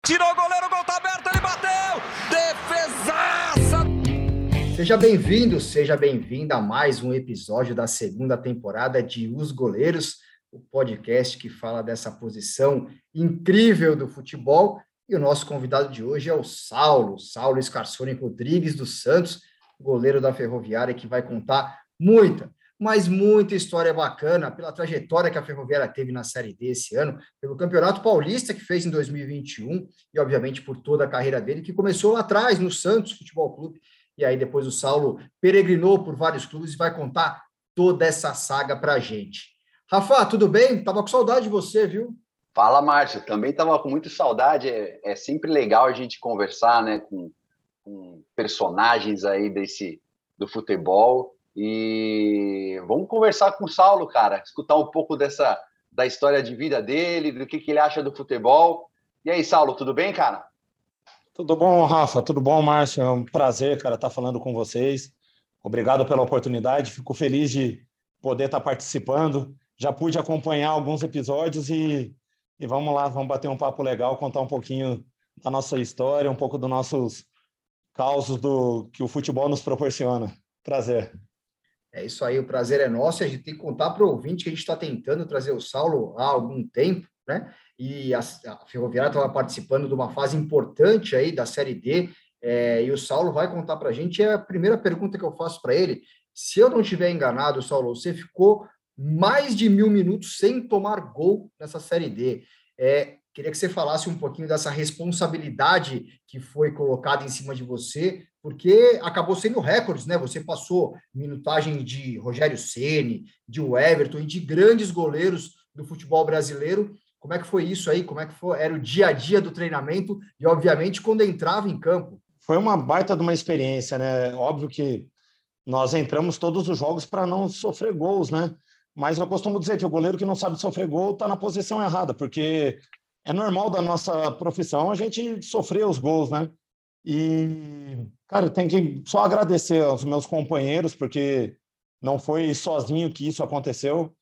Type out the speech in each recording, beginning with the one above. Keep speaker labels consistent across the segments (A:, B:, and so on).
A: Tirou o goleiro, o gol tá aberto, ele bateu! Defesaça!
B: Seja bem-vindo, seja bem-vinda a mais um episódio da segunda temporada de Os Goleiros, o podcast que fala dessa posição incrível do futebol. E o nosso convidado de hoje é o Saulo Scarsoni Rodrigues dos Santos, goleiro da Ferroviária, que vai contar muita história bacana pela trajetória que a Ferroviária teve na Série D esse ano, pelo Campeonato Paulista que fez em 2021 e, obviamente, por toda a carreira dele, que começou lá atrás, no Santos Futebol Clube. E aí depois o Saulo peregrinou por vários clubes e vai contar toda essa saga para a gente. Rafa, tudo bem? Tava com saudade de você, viu?
C: Fala, Márcio. Também tava com muita saudade. É sempre legal a gente conversar, né, com personagens aí do futebol. E vamos conversar com o Saulo, cara. Escutar um pouco da história de vida dele, do que ele acha do futebol. E aí, Saulo, tudo bem, cara?
D: Tudo bom, Rafa? Tudo bom, Márcio? É um prazer, cara, estar falando com vocês. Obrigado pela oportunidade. Fico feliz de poder estar participando. Já pude acompanhar alguns episódios e vamos lá, vamos bater um papo legal, contar um pouquinho da nossa história, um pouco dos nossos causos do que o futebol nos proporciona. Prazer.
B: É isso aí, o prazer é nosso. A gente tem que contar para o ouvinte que a gente está tentando trazer o Saulo há algum tempo, né? E a Ferroviária estava participando de uma fase importante aí da Série D, e o Saulo vai contar para a gente. É a primeira pergunta que eu faço para ele. Se eu não estiver enganado, Saulo, você ficou mais de 1.000 minutos sem tomar gol nessa Série D. Queria que você falasse um pouquinho dessa responsabilidade que foi colocada em cima de você, porque acabou sendo recordes, né? Você passou minutagem de Rogério Ceni, de Everton e de grandes goleiros do futebol brasileiro. Como é que foi isso aí? Como é que era o dia a dia do treinamento e, obviamente, quando entrava em campo?
D: Foi uma baita de uma experiência, né? Óbvio que nós entramos todos os jogos para não sofrer gols, né? Mas eu costumo dizer que o goleiro que não sabe sofrer gol está na posição errada, porque é normal da nossa profissão a gente sofrer os gols, né? E, cara, eu tenho que só agradecer aos meus companheiros, porque não foi sozinho que isso aconteceu.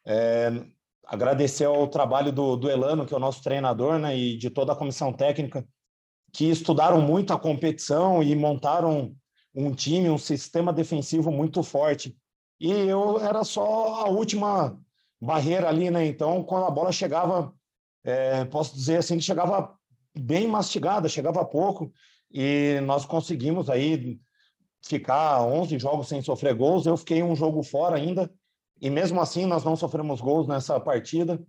D: Agradecer ao trabalho do Elano, que é o nosso treinador, né? E de toda a comissão técnica, que estudaram muito a competição e montaram um time, um sistema defensivo muito forte. E eu era só a última barreira ali, né? Então, quando a bola chegava, posso dizer assim, que chegava bem mastigada, chegava pouco, e nós conseguimos aí ficar 11 jogos sem sofrer gols. Eu fiquei um jogo fora ainda, e mesmo assim nós não sofremos gols nessa partida.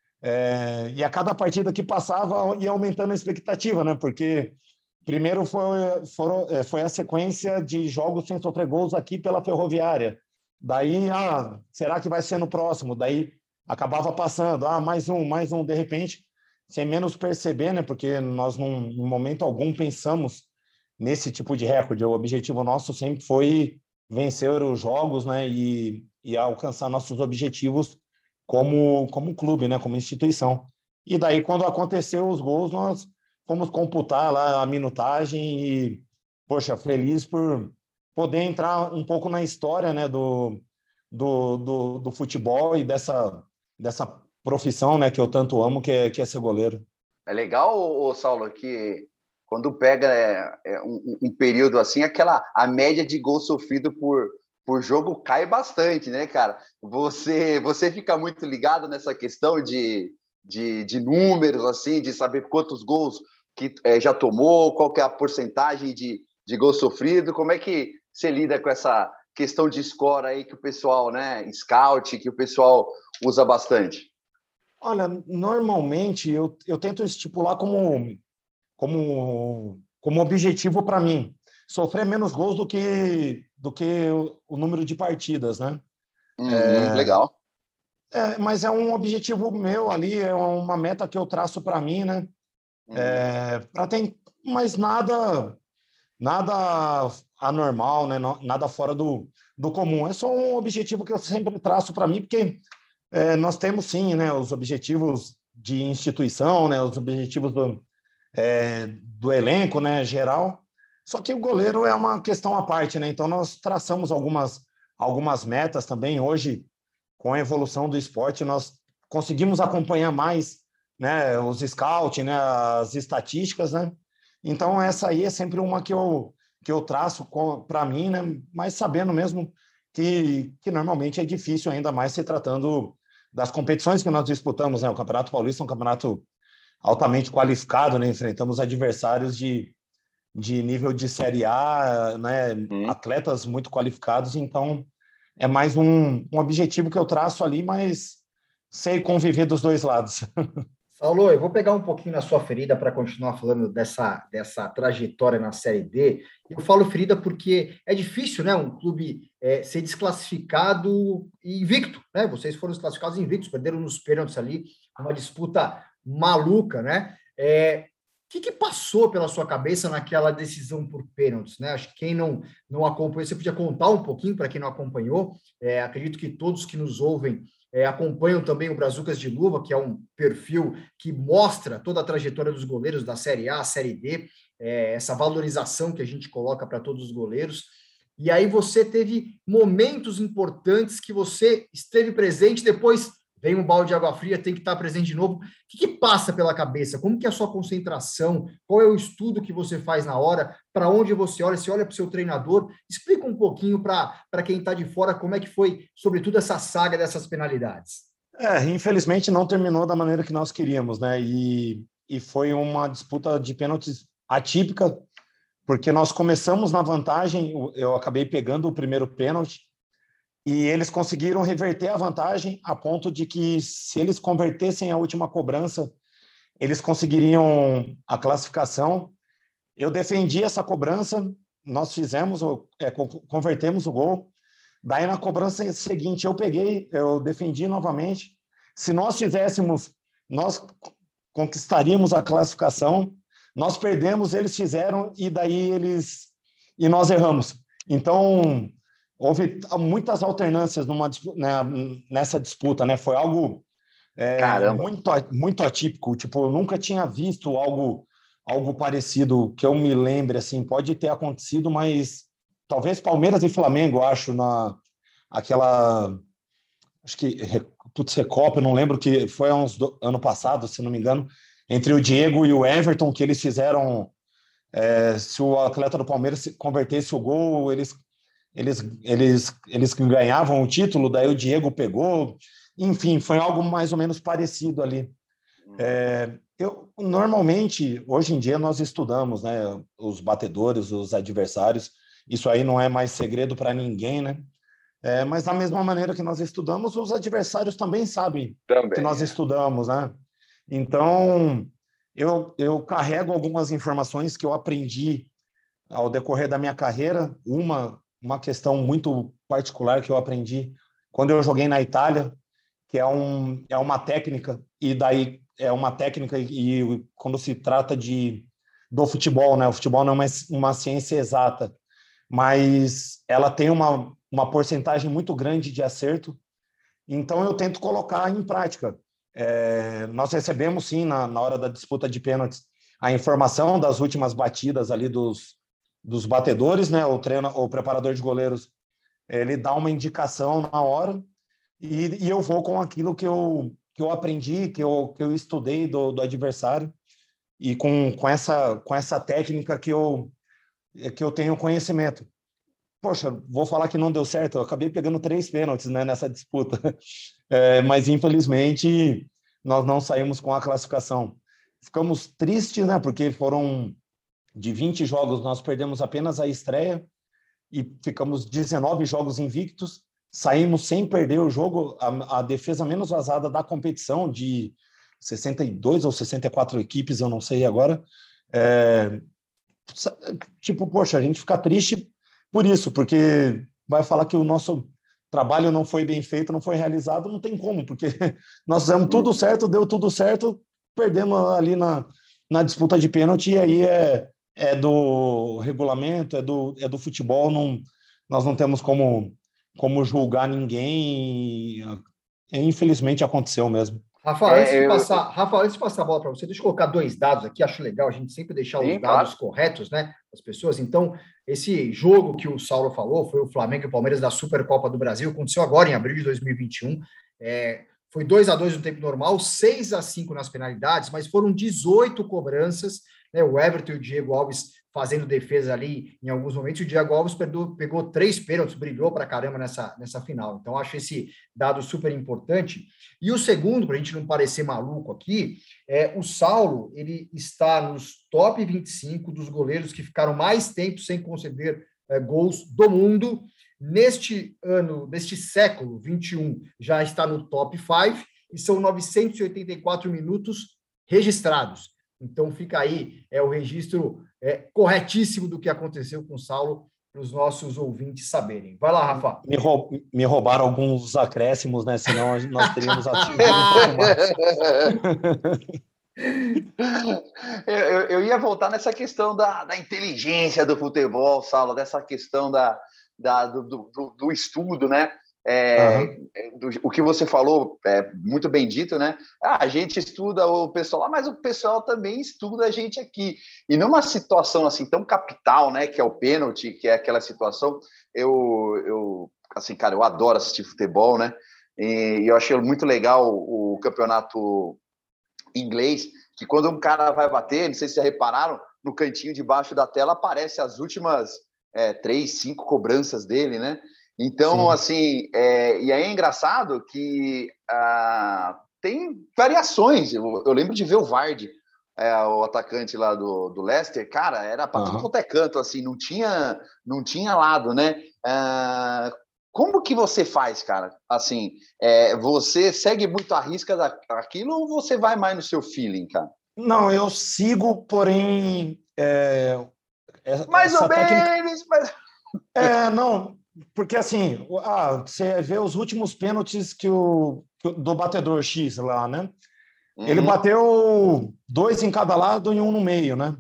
D: E a cada partida que passava ia aumentando a expectativa, né? Porque primeiro foi a sequência de jogos sem sofrer gols aqui pela Ferroviária. Daí, será que vai ser no próximo? Daí acabava passando, mais um, de repente, sem menos perceber, né? Porque nós, em momento algum, pensamos nesse tipo de recorde. O objetivo nosso sempre foi vencer os jogos, né? E alcançar nossos objetivos como clube, né? Como instituição. E daí, quando aconteceu os gols, nós fomos computar lá a minutagem e, poxa, feliz por poder entrar um pouco na história, né? Do futebol e dessa profissão, né, que eu tanto amo, que é ser goleiro.
C: É legal, Saulo, que quando pega um período assim, a média de gol sofrido por jogo cai bastante, né, cara? Você fica muito ligado nessa questão de números, assim, de saber quantos gols que já tomou, qual que é a porcentagem de gol sofrido, como é que você lida com essa questão de score aí que o pessoal, né, scout, que o pessoal usa bastante?
D: Olha, normalmente eu tento estipular como objetivo para mim sofrer menos gols do que o número de partidas, né?
C: Legal.
D: Mas é um objetivo meu ali, é uma meta que eu traço para mim, né? Mas nada anormal, né? Nada fora do comum. É só um objetivo que eu sempre traço para mim, porque nós temos sim, né, os objetivos de instituição, né, os objetivos do elenco, né, geral. Só que o goleiro é uma questão à parte, né? Então nós traçamos algumas metas também. Hoje, com a evolução do esporte, nós conseguimos acompanhar mais né, os scouting, né, as estatísticas, né? Então, essa aí é sempre uma que eu traço para mim, né? Mas sabendo mesmo que normalmente é difícil, ainda mais se tratando das competições que nós disputamos, né? O Campeonato Paulista é um campeonato altamente qualificado, né? Enfrentamos adversários de nível de Série A, né? Atletas muito qualificados, então é mais um objetivo que eu traço ali, mas sei conviver dos dois lados.
B: Saulo, eu vou pegar um pouquinho na sua ferida para continuar falando dessa trajetória na Série D. Eu falo ferida porque é difícil, né, um clube ser desclassificado invicto, né? Vocês foram desclassificados invictos, perderam nos pênaltis ali, uma disputa maluca, né? O que passou pela sua cabeça naquela decisão por pênaltis, né? Acho que quem não acompanhou, você podia contar um pouquinho para quem não acompanhou. Acredito que todos que nos ouvem acompanham também o Brazucas de Luva, que é um perfil que mostra toda a trajetória dos goleiros da Série A, Série D, essa valorização que a gente coloca para todos os goleiros. E aí você teve momentos importantes que você esteve presente, depois vem um balde de água fria, tem que estar presente de novo. O que passa pela cabeça? Como que é a sua concentração? Qual é o estudo que você faz na hora? Para onde você olha? Você olha para o seu treinador? Explica um pouquinho para quem está de fora como é que foi, sobretudo, essa saga dessas penalidades.
D: Infelizmente não terminou da maneira que nós queríamos, né? E foi uma disputa de pênaltis atípica, porque nós começamos na vantagem, eu acabei pegando o primeiro pênalti, e eles conseguiram reverter a vantagem a ponto de que, se eles convertessem a última cobrança, eles conseguiriam a classificação. Eu defendi essa cobrança, nós convertemos o gol. Daí, na cobrança seguinte, eu defendi novamente. Se nós fizéssemos, nós conquistaríamos a classificação. Nós perdemos, eles fizeram, e nós erramos. Então, houve muitas alternâncias nessa disputa, né? Foi algo muito atípico. Tipo, eu nunca tinha visto algo parecido que eu me lembre, assim. Pode ter acontecido, mas talvez Palmeiras e Flamengo, acho, acho que Recopa, não lembro, que foi ano passado, se não me engano, entre o Diego e o Everton, que eles fizeram, se o atleta do Palmeiras convertesse o gol, eles ganhavam o título, daí o Diego pegou, enfim, foi algo mais ou menos parecido ali. Normalmente, hoje em dia, nós estudamos, né, os batedores, os adversários, isso aí não é mais segredo para ninguém, né? Mas da mesma maneira que nós estudamos, os adversários também sabem que nós estudamos, né? Então, eu carrego algumas informações que eu aprendi ao decorrer da minha carreira. Uma questão muito particular que eu aprendi quando eu joguei na Itália, que é uma técnica, e quando se trata do futebol, né? O futebol não é uma ciência exata, mas ela tem uma porcentagem muito grande de acerto, então eu tento colocar em prática. Nós recebemos, sim, na hora da disputa de pênaltis, a informação das últimas batidas ali dos batedores, né? O preparador de goleiros, ele dá uma indicação na hora, e eu vou com aquilo que eu aprendi, que eu estudei do adversário, e com essa técnica que eu tenho conhecimento. Poxa, vou falar que não deu certo, eu acabei pegando 3 pênaltis, né, nessa disputa, mas infelizmente nós não saímos com a classificação. Ficamos tristes, né, porque foram de 20 jogos, nós perdemos apenas a estreia e ficamos 19 jogos invictos, saímos sem perder o jogo, a defesa menos vazada da competição, de 62 ou 64 equipes, eu não sei agora. Poxa, a gente fica triste por isso, porque vai falar que o nosso trabalho não foi bem feito, não foi realizado, não tem como, porque nós fizemos tudo certo, deu tudo certo, perdemos ali na disputa de pênalti, e aí é do regulamento, é do futebol, nós não temos como julgar ninguém, infelizmente aconteceu mesmo.
B: Rafa, antes de passar a bola para você, deixa eu colocar 2 dados aqui, acho legal a gente sempre deixar os dados corretos, né, das pessoas. Então, esse jogo que o Saulo falou foi o Flamengo e o Palmeiras da Supercopa do Brasil, aconteceu agora em abril de 2021, foi 2-2 no tempo normal, 6-5 nas penalidades, mas foram 18 cobranças, né? O Everton e o Diego Alves fazendo defesa ali em alguns momentos. O Diego Alves pegou 3 pênaltis, brilhou pra caramba nessa final. Então, acho esse dado super importante. E o segundo, para a gente não parecer maluco aqui, o Saulo, ele está nos top 25 dos goleiros que ficaram mais tempo sem conceder gols do mundo. Neste ano, neste século 21, já está no top 5 e são 984 minutos registrados. Então, fica aí o registro corretíssimo do que aconteceu com o Saulo, para os nossos ouvintes saberem. Vai lá, Rafa.
D: Me roubaram alguns acréscimos, né? Senão nós teríamos atingido um pouco
C: mais. Eu ia voltar nessa questão da inteligência do futebol, Saulo, dessa questão do estudo, né? O que você falou é muito bem dito, né? A gente estuda o pessoal lá, mas o pessoal também estuda a gente aqui. E numa situação assim tão capital, né? Que é o pênalti, que é aquela situação, assim, cara, eu adoro assistir futebol, né? E eu achei muito legal o campeonato inglês, que quando um cara vai bater, não sei se vocês repararam, no cantinho de baixo da tela aparece as últimas 3, 5 cobranças dele, né? Então, sim, assim, e aí é engraçado que tem variações. Eu lembro de ver o Vardy, o atacante lá do Leicester, cara, era para tudo quanto é canto, assim, não tinha lado, né? Como que você faz, cara? Assim, você segue muito a risca daquilo ou você vai mais no seu feeling, cara?
D: Não, eu sigo, porém...
C: mais ou menos, mas...
D: não... Porque, assim, você vê os últimos pênaltis do batedor X lá, né? Ele bateu 2 em cada lado e 1 no meio, né?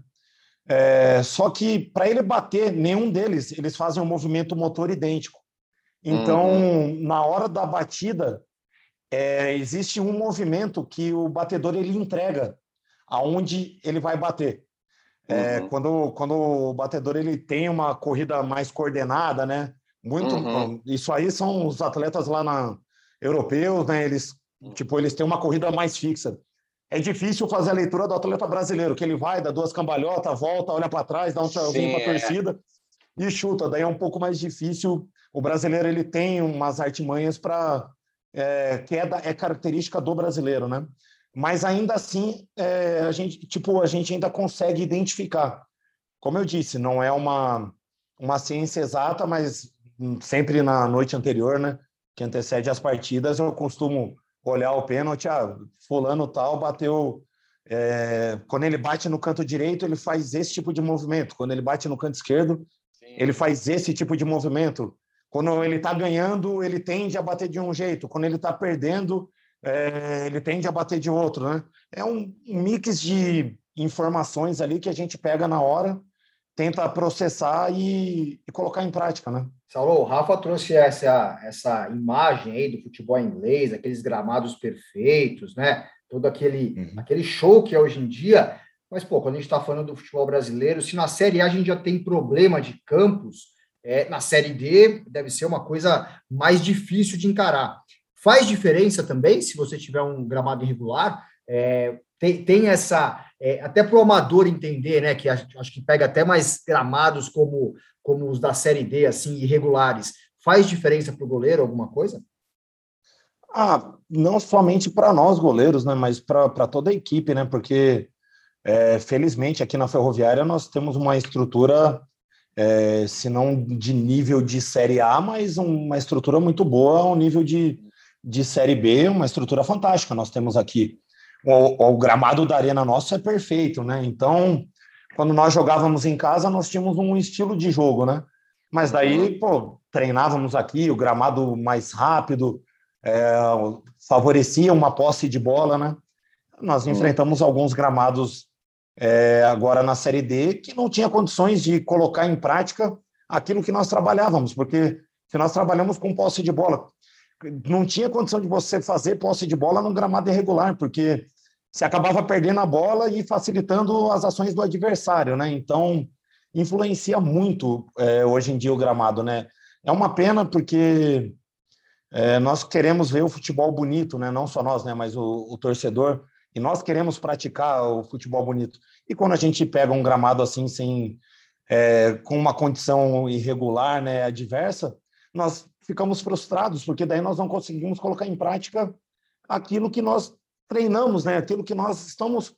D: Só que, para ele bater, nenhum deles, eles fazem um movimento motor idêntico. Então, na hora da batida, existe um movimento que o batedor ele entrega aonde ele vai bater. Quando o batedor ele tem uma corrida mais coordenada, né? Isso aí são os atletas lá europeus, né? Eles têm uma corrida mais fixa. É difícil fazer a leitura do atleta brasileiro, que ele vai, dá 2 cambalhotas, volta, olha para trás, dá um tchauzinho para a torcida e chuta. Daí é um pouco mais difícil. O brasileiro ele tem umas artimanhas que é característica do brasileiro, né? Mas ainda assim a gente ainda consegue identificar. Como eu disse, não é uma ciência exata, mas sempre na noite anterior, né, que antecede as partidas, eu costumo olhar o pênalti, fulano tal bateu, quando ele bate no canto direito, ele faz esse tipo de movimento, quando ele bate no canto esquerdo, ele faz esse tipo de movimento, quando ele está ganhando, ele tende a bater de um jeito, quando ele está perdendo, ele tende a bater de outro, né? É um mix de informações ali que a gente pega na hora, tenta processar e colocar em prática, né?
B: Saulo, o Rafa trouxe essa imagem aí do futebol inglês, aqueles gramados perfeitos, né? Todo aquele show que é hoje em dia. Mas, quando a gente está falando do futebol brasileiro, se na Série A a gente já tem problema de campos, na Série D deve ser uma coisa mais difícil de encarar. Faz diferença também se você tiver um gramado irregular? Tem essa... até para o amador entender, né, que acho que pega até mais gramados como os da Série D, assim, irregulares. Faz diferença para o goleiro alguma coisa?
D: Não somente para nós goleiros, né, mas para toda a equipe, né, porque felizmente aqui na Ferroviária nós temos uma estrutura, se não de nível de Série A, mas uma estrutura muito boa ao nível de Série B, uma estrutura fantástica nós temos aqui. O gramado da arena nossa é perfeito, né? Então, quando nós jogávamos em casa, nós tínhamos um estilo de jogo, né? Mas daí, treinávamos aqui, o gramado mais rápido, favorecia uma posse de bola, né? Nós enfrentamos alguns gramados agora na Série D que não tinha condições de colocar em prática aquilo que nós trabalhávamos, porque se nós trabalhamos com posse de bola, não tinha condição de você fazer posse de bola num gramado irregular, porque você acabava perdendo a bola e facilitando as ações do adversário, né? Então, influencia muito hoje em dia o gramado, né? É uma pena porque Nós queremos ver o futebol bonito, né? Não só nós, né? Mas o torcedor. E nós queremos praticar o futebol bonito. E quando a gente pega um gramado assim, com uma condição irregular, né, adversa, nós ficamos frustrados, porque daí nós não conseguimos colocar em prática aquilo que nós treinamos, né? Aquilo que nós estamos...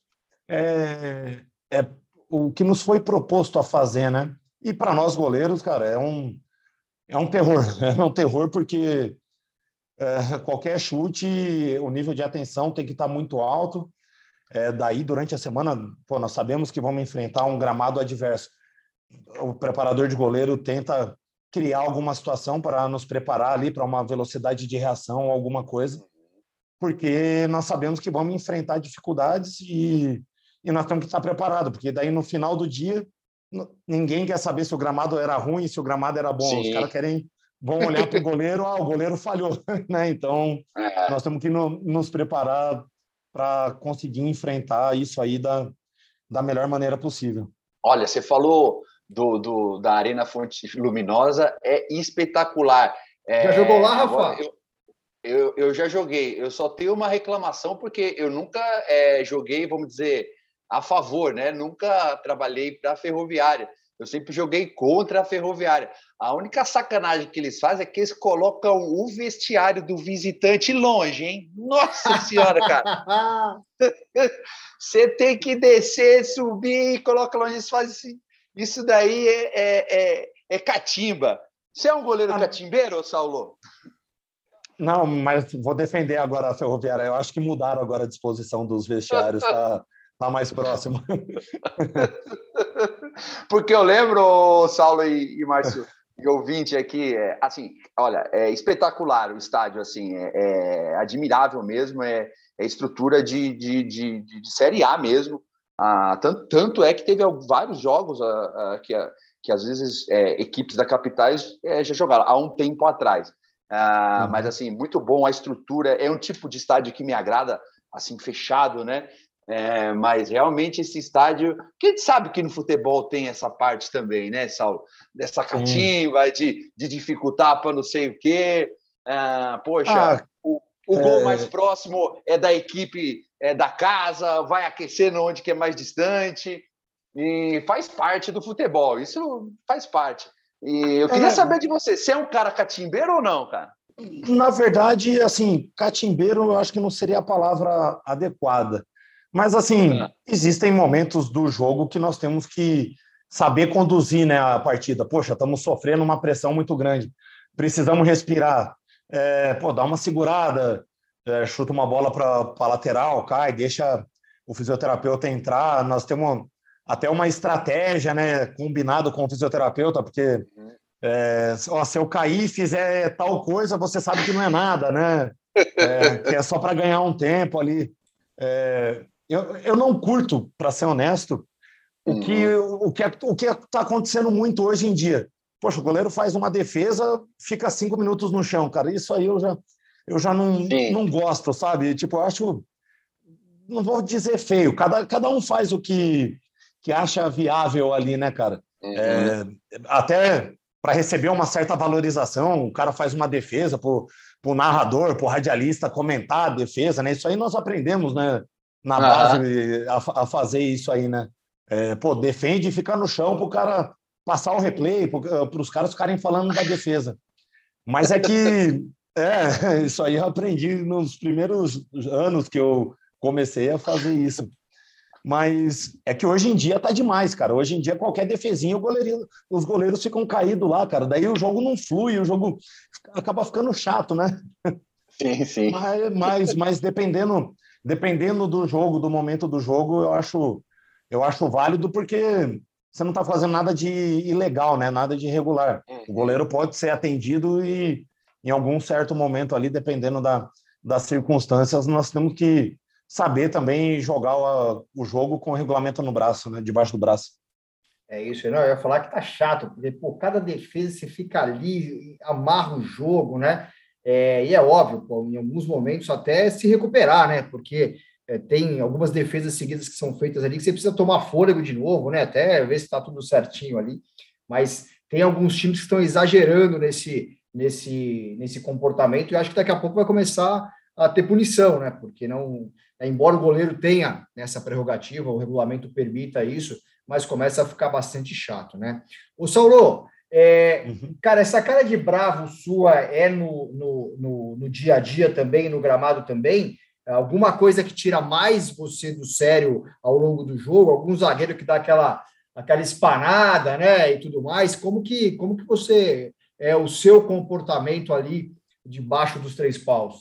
D: o que nos foi proposto a fazer, né? E para nós goleiros, cara, é um terror. É um terror porque qualquer chute, o nível de atenção tem que estar muito alto. Daí, durante a semana, nós sabemos que vamos enfrentar um gramado adverso. O preparador de goleiro tenta criar alguma situação para nos preparar ali para uma velocidade de reação, alguma coisa, porque nós sabemos que vamos enfrentar dificuldades e nós temos que estar preparados, porque daí no final do dia ninguém quer saber se o gramado era ruim, se o gramado era bom. Sim. Os caras vão olhar para o goleiro, o goleiro falhou, né? Então nós temos que nos preparar para conseguir enfrentar isso aí da melhor maneira possível.
C: Olha, você falou da Arena Fonte Luminosa, é espetacular.
B: Já jogou lá, Rafa?
C: Eu já joguei. Eu só tenho uma reclamação porque eu nunca joguei, vamos dizer, a favor, né? Nunca trabalhei para a Ferroviária. Eu sempre joguei contra a Ferroviária. A única sacanagem que eles fazem é que eles colocam o vestiário do visitante longe, hein? Nossa Senhora, cara! Você tem que descer, subir e coloca longe. Eles fazem assim. Isso daí é catimba. Você é um goleiro catimbeiro, Saulo?
D: Não, mas vou defender agora a Ferroviária. Eu acho que mudaram agora a disposição dos vestiários, tá mais próximo.
C: Porque eu lembro, Saulo e Márcio, e ouvinte aqui, assim, olha, é espetacular o estádio, assim, é admirável mesmo, é estrutura de Série A mesmo. Tanto é que teve vários jogos que às vezes equipes da capitais já jogaram há um tempo atrás. Mas assim, muito bom a estrutura, é um tipo de estádio que me agrada, assim, fechado, né? Mas realmente esse estádio, que a gente sabe que no futebol tem essa parte também, né, Saulo? Dessa catimba, de dificultar para não sei o quê. O gol mais próximo é da equipe da casa, vai aquecendo onde que é mais distante, e faz parte do futebol, isso faz parte. E eu queria saber de você é um cara catimbeiro ou não, cara?
D: Na verdade, assim, catimbeiro eu acho que não seria a palavra adequada. Mas, assim, existem momentos do jogo que nós temos que saber conduzir, né, a partida. Poxa, estamos sofrendo uma pressão muito grande. Precisamos respirar. Dá uma segurada, chuta uma bola para a lateral, cai, deixa o fisioterapeuta entrar. Nós temos até uma estratégia, né, combinado com o fisioterapeuta, porque se eu cair e fizer tal coisa, você sabe que não é nada, né? Que é só para ganhar um tempo ali. Eu não curto, para ser honesto, o que está acontecendo muito hoje em dia. Poxa, o goleiro faz uma defesa, fica 5 minutos no chão, cara. Isso aí eu já não gosto, sabe? Tipo, eu acho... Não vou dizer feio. Cada um faz o que acha viável ali, né, cara? Até para receber uma certa valorização, o cara faz uma defesa pro narrador, pro radialista comentar a defesa, né? Isso aí nós aprendemos, né? Na base a fazer isso aí, né? Defende e fica no chão pro cara passar o replay, para os caras ficarem falando da defesa. Mas é que isso aí eu aprendi nos primeiros anos que eu comecei a fazer isso. Mas é que hoje em dia tá demais, cara. Hoje em dia, qualquer defesinha, os goleiros ficam caídos lá, cara. Daí o jogo não flui, o jogo acaba ficando chato, né?
C: Sim.
D: Mas dependendo do jogo, do momento do jogo, eu acho válido, porque você não está fazendo nada de ilegal, né? Nada de irregular. O goleiro pode ser atendido e, em algum certo momento ali, dependendo das circunstâncias, nós temos que saber também jogar o jogo com o regulamento no braço, né? Debaixo do braço.
B: É isso, não, eu ia falar que tá chato, porque por cada defesa você fica ali, amarra o jogo, né? E é óbvio, em alguns momentos até se recuperar, né? Porque tem algumas defesas seguidas que são feitas ali que você precisa tomar fôlego de novo, né? Até ver se está tudo certinho ali. Mas tem alguns times que estão exagerando nesse nesse comportamento, e acho que daqui a pouco vai começar a ter punição, né? Porque não, embora o goleiro tenha essa prerrogativa, o regulamento permita isso, mas começa a ficar bastante chato, né? O Saulo, cara, essa cara de bravo sua é no dia a dia também, no gramado também? Alguma coisa que tira mais você do sério ao longo do jogo? Algum zagueiro que dá aquela espanada, né? E tudo mais? Como que você o seu comportamento ali debaixo dos 3 paus?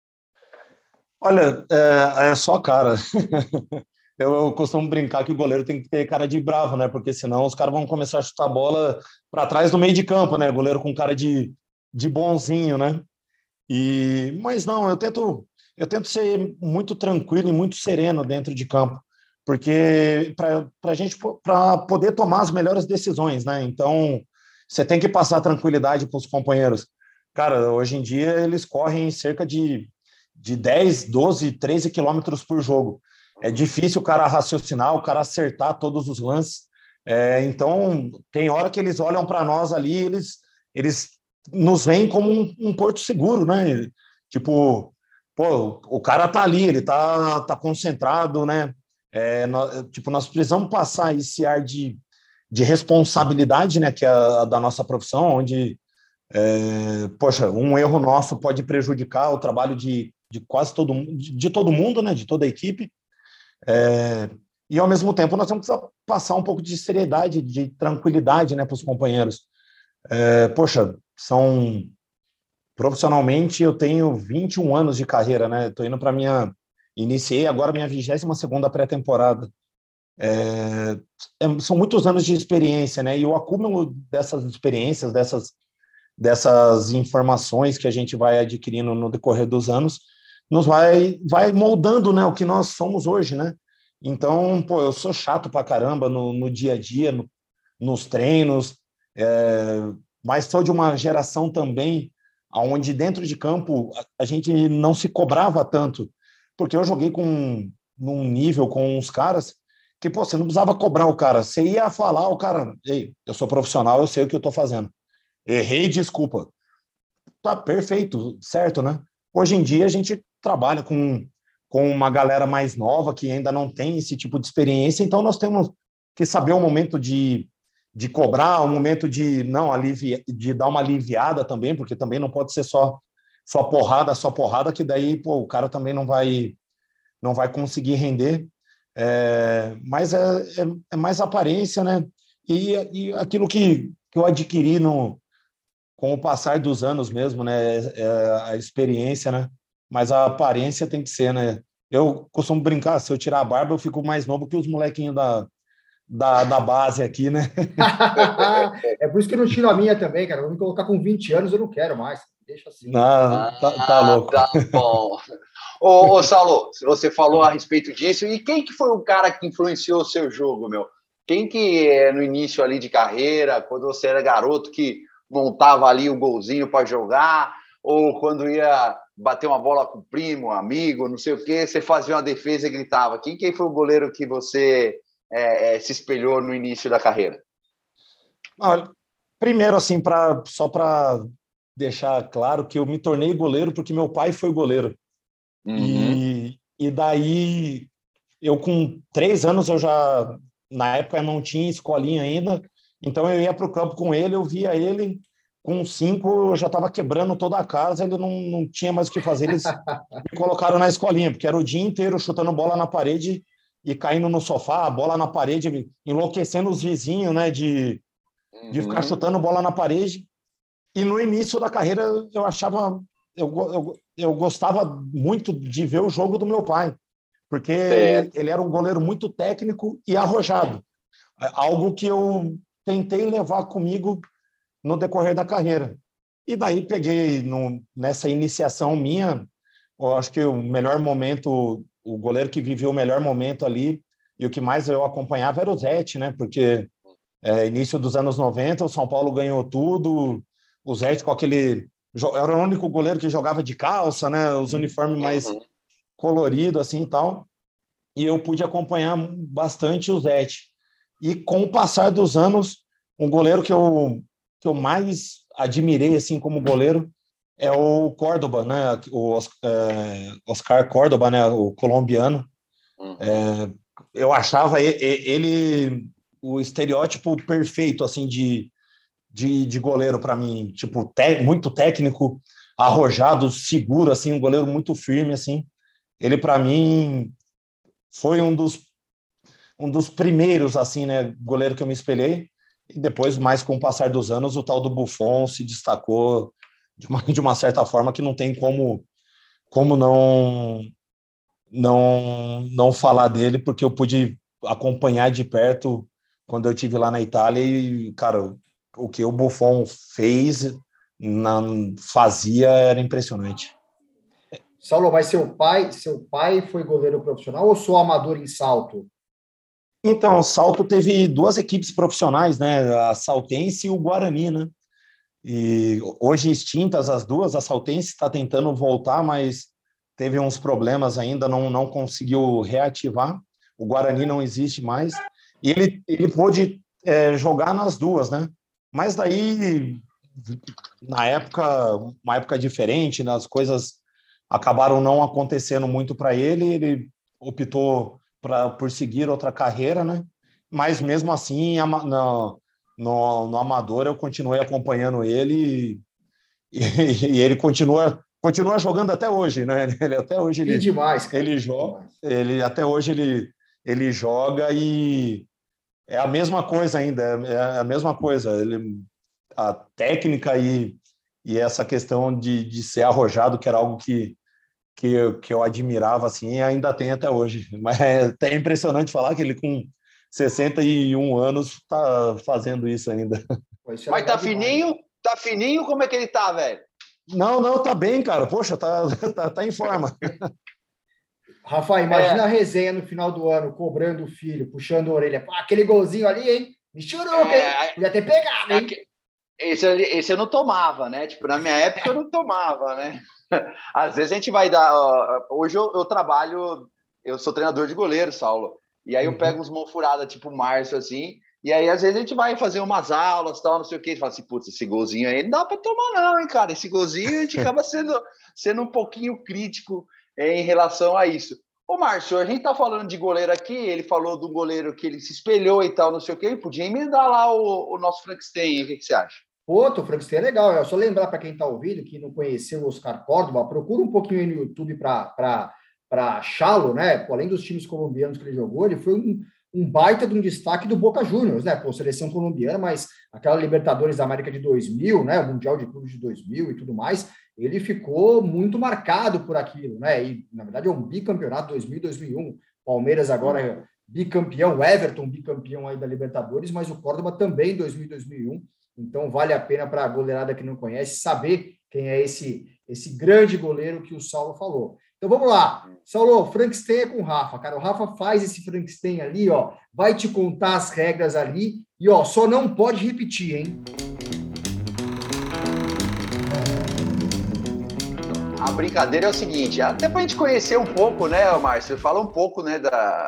D: Olha, é só cara. Eu costumo brincar que o goleiro tem que ter cara de bravo, né? Porque senão os caras vão começar a chutar a bola para trás do meio de campo, né? Goleiro com cara de bonzinho, né? Mas não, eu tento ser muito tranquilo e muito sereno dentro de campo, porque para poder tomar as melhores decisões, né? Então, você tem que passar tranquilidade para os companheiros. Cara, hoje em dia eles correm cerca de 10, 12, 13 quilômetros por jogo. É difícil o cara raciocinar, o cara acertar todos os lances. Então, tem hora que eles olham para nós ali, eles nos veem como um porto seguro, né? Tipo, pô, o cara tá ali, ele tá concentrado, né? Nós precisamos passar esse ar de responsabilidade, né? Que é a da nossa profissão, onde, poxa, um erro nosso pode prejudicar o trabalho de quase todo mundo, né? De toda a equipe. E, ao mesmo tempo, nós temos que passar um pouco de seriedade, de tranquilidade, né, para os companheiros. Poxa, profissionalmente, eu tenho 21 anos de carreira, né? Estou indo para iniciei agora minha 22ª pré-temporada. São muitos anos de experiência, né? E o acúmulo dessas experiências, dessas informações que a gente vai adquirindo no decorrer dos anos, nos vai moldando, né, o que nós somos hoje, né? Então, pô, eu sou chato pra caramba no dia a dia, nos treinos, mas sou de uma geração também onde dentro de campo a gente não se cobrava tanto, porque eu joguei num nível com uns caras que, pô, você não precisava cobrar o cara, você ia falar o cara, ei, eu sou profissional, eu sei o que eu tô fazendo. Errei, desculpa. Tá perfeito, certo, né? Hoje em dia a gente trabalha com uma galera mais nova que ainda não tem esse tipo de experiência, então nós temos que saber o momento de cobrar, o momento de de dar uma aliviada também, porque também não pode ser só porrada, que daí, pô, o cara também não vai conseguir render. Mas é mais aparência, né? E aquilo que eu adquiri com o passar dos anos mesmo, né? A experiência, né? Mas a aparência tem que ser, né? Eu costumo brincar, se eu tirar a barba, eu fico mais novo que os molequinhos da base aqui, né?
B: É por isso que eu não tiro a minha também, cara. Vou me colocar com 20 anos, eu não quero mais. Deixa assim.
D: Tá louco.
C: Tá bom. Ô, Saulo, você falou a respeito disso, e quem que foi o cara que influenciou o seu jogo, meu? Quem que no início ali de carreira, quando você era garoto, que montava ali o golzinho para jogar, ou quando ia bater uma bola com o primo, amigo, não sei o quê, você fazia uma defesa e gritava. Quem foi o goleiro que você se espelhou no início da carreira?
D: Primeiro, assim, só para deixar claro que eu me tornei goleiro porque meu pai foi goleiro. Uhum. E daí, eu com 3 anos, na época eu não tinha escolinha ainda, então eu ia para o campo com ele, eu via ele, com 5 eu já estava quebrando toda a casa, ele não tinha mais o que fazer, eles me colocaram na escolinha, porque era o dia inteiro chutando bola na parede e caindo no sofá, bola na parede, enlouquecendo os vizinhos, né, de ficar chutando bola na parede. E no início da carreira eu achava, eu gostava muito de ver o jogo do meu pai, porque ele era um goleiro muito técnico e arrojado, algo que eu tentei levar comigo no decorrer da carreira. E daí peguei nessa iniciação minha, eu acho que o melhor momento, o goleiro que viveu o melhor momento ali, e o que mais eu acompanhava era o Zete, né? Porque início dos anos 90, o São Paulo ganhou tudo, o Zete com aquele... Era o único goleiro que jogava de calça, né? Os uniformes mais coloridos, assim, e tal. E eu pude acompanhar bastante o Zete. E com o passar dos anos, um goleiro que eu mais admirei assim como goleiro é o Córdoba, né? O Oscar Córdoba, né? O colombiano. Eu achava ele o estereótipo perfeito assim de goleiro para mim, tipo muito técnico, arrojado, seguro, assim, um goleiro muito firme, assim. Ele para mim foi um dos primeiros, assim, né, goleiro que eu me espelhei. E depois, mais com o passar dos anos, o tal do Buffon se destacou de uma certa forma que não tem como não falar dele, porque eu pude acompanhar de perto quando eu estive lá na Itália e, cara, o que o Buffon fazia era impressionante.
B: Saulo, mas seu pai foi goleiro profissional ou só amador em salto?
D: Então, o Salto teve duas equipes profissionais, né? A Saltense e o Guarani, né? E hoje extintas as duas, a Saltense está tentando voltar, mas teve uns problemas ainda, não conseguiu reativar. O Guarani não existe mais. E ele pôde jogar nas duas, né? Mas daí, na época, uma época diferente, né? As coisas acabaram não acontecendo muito para ele optou por seguir outra carreira, né? Mas mesmo assim, no amador, eu continuei acompanhando ele e ele continua jogando até hoje, né? Ele até hoje
B: Que demais, cara.
D: ele joga, ele até hoje ele joga e é a mesma coisa ainda, é a mesma coisa. A técnica e essa questão de ser arrojado, que era algo que eu admirava, assim, e ainda tem até hoje. Mas é até impressionante falar que ele, com 61 anos, está fazendo isso ainda.
C: Mas tá fininho? Tá fininho? Como é que ele tá, velho?
D: Não, tá bem, cara. Poxa, tá em forma.
B: Rafa, imagina a resenha no final do ano, cobrando o filho, puxando a orelha. Pá, aquele golzinho ali, hein? Me chorou, hein? Podia ter pegado, hein?
C: Esse eu não tomava, né? Tipo, na minha época eu não tomava, né? Às vezes a gente vai dar... Hoje eu trabalho... Eu sou treinador de goleiro, Saulo. E aí eu pego uns mão furada, tipo Márcio, assim. E aí, às vezes, a gente vai fazer umas aulas, tal, não sei o quê. E fala assim, putz, esse golzinho aí não dá pra tomar não, hein, cara? Esse golzinho a gente acaba sendo um pouquinho crítico em relação a isso. Ô, Márcio, a gente tá falando de goleiro aqui, ele falou do goleiro que ele se espelhou e tal, não sei o quê. Ele podia emendar lá o nosso Frankenstein, o que você acha?
B: Outro, o Frankenstein é legal. É só lembrar para quem está ouvindo, que não conheceu o Oscar Córdoba, procura um pouquinho aí no YouTube para achá-lo, né? Pô, além dos times colombianos que ele jogou, ele foi um baita de um destaque do Boca Juniors, né? Pô, seleção colombiana, mas aquela Libertadores da América de 2000, né? O Mundial de Clubes de 2000 e tudo mais, ele ficou muito marcado por aquilo, né? E, na verdade, é um bicampeonato 2000 e 2001. Palmeiras agora é bicampeão, o Everton bicampeão aí da Libertadores, mas o Córdoba também em 2000 e 2001. Então, vale a pena para a goleirada que não conhece saber quem é esse grande goleiro que o Saulo falou. Então, vamos lá. Saulo, Frankenstein é com o Rafa, cara. O Rafa faz esse Frankenstein ali, ó, vai te contar as regras ali e, ó, só não pode repetir, hein?
C: A brincadeira é o seguinte, até para a gente conhecer um pouco, né, Márcio? Fala um pouco, né,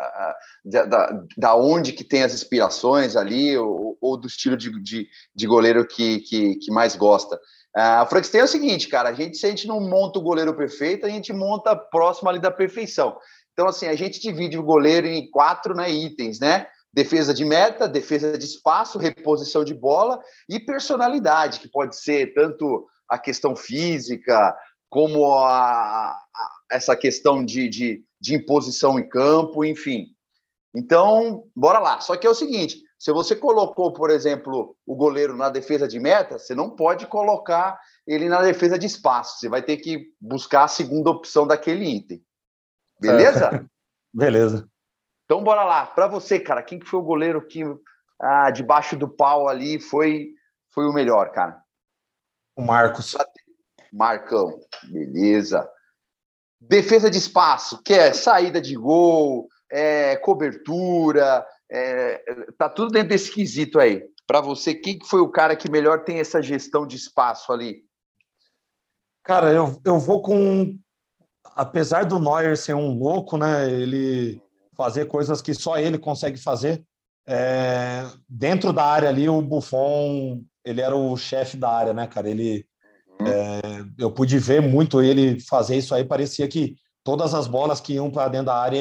C: da onde que tem as inspirações ali, ou do estilo de goleiro que mais gosta. O Frankenstein é o seguinte, cara, se a gente não monta o goleiro perfeito, a gente monta próximo ali da perfeição. Então, assim, a gente divide o goleiro em 4, né, itens, né? Defesa de meta, defesa de espaço, reposição de bola e personalidade, que pode ser tanto a questão física, como essa questão de imposição em campo, enfim. Então, bora lá. Só que é o seguinte, se você colocou, por exemplo, o goleiro na defesa de meta, você não pode colocar ele na defesa de espaço. Você vai ter que buscar a segunda opção daquele item. Beleza?
D: Beleza.
C: Então, bora lá. Para você, cara, quem que foi o goleiro que debaixo do pau ali foi o melhor, cara?
D: O Marcos.
C: Marcão, beleza. Defesa de espaço, que é saída de gol, cobertura, tá tudo dentro desse quesito aí. Para você, quem foi o cara que melhor tem essa gestão de espaço ali?
D: Cara, eu vou com... Apesar do Neuer ser um louco, né? Ele fazer coisas que só ele consegue fazer. Dentro da área ali, o Buffon ele era o chefe da área, né, cara? Eu pude ver muito ele fazer isso aí, parecia que todas as bolas que iam para dentro da área,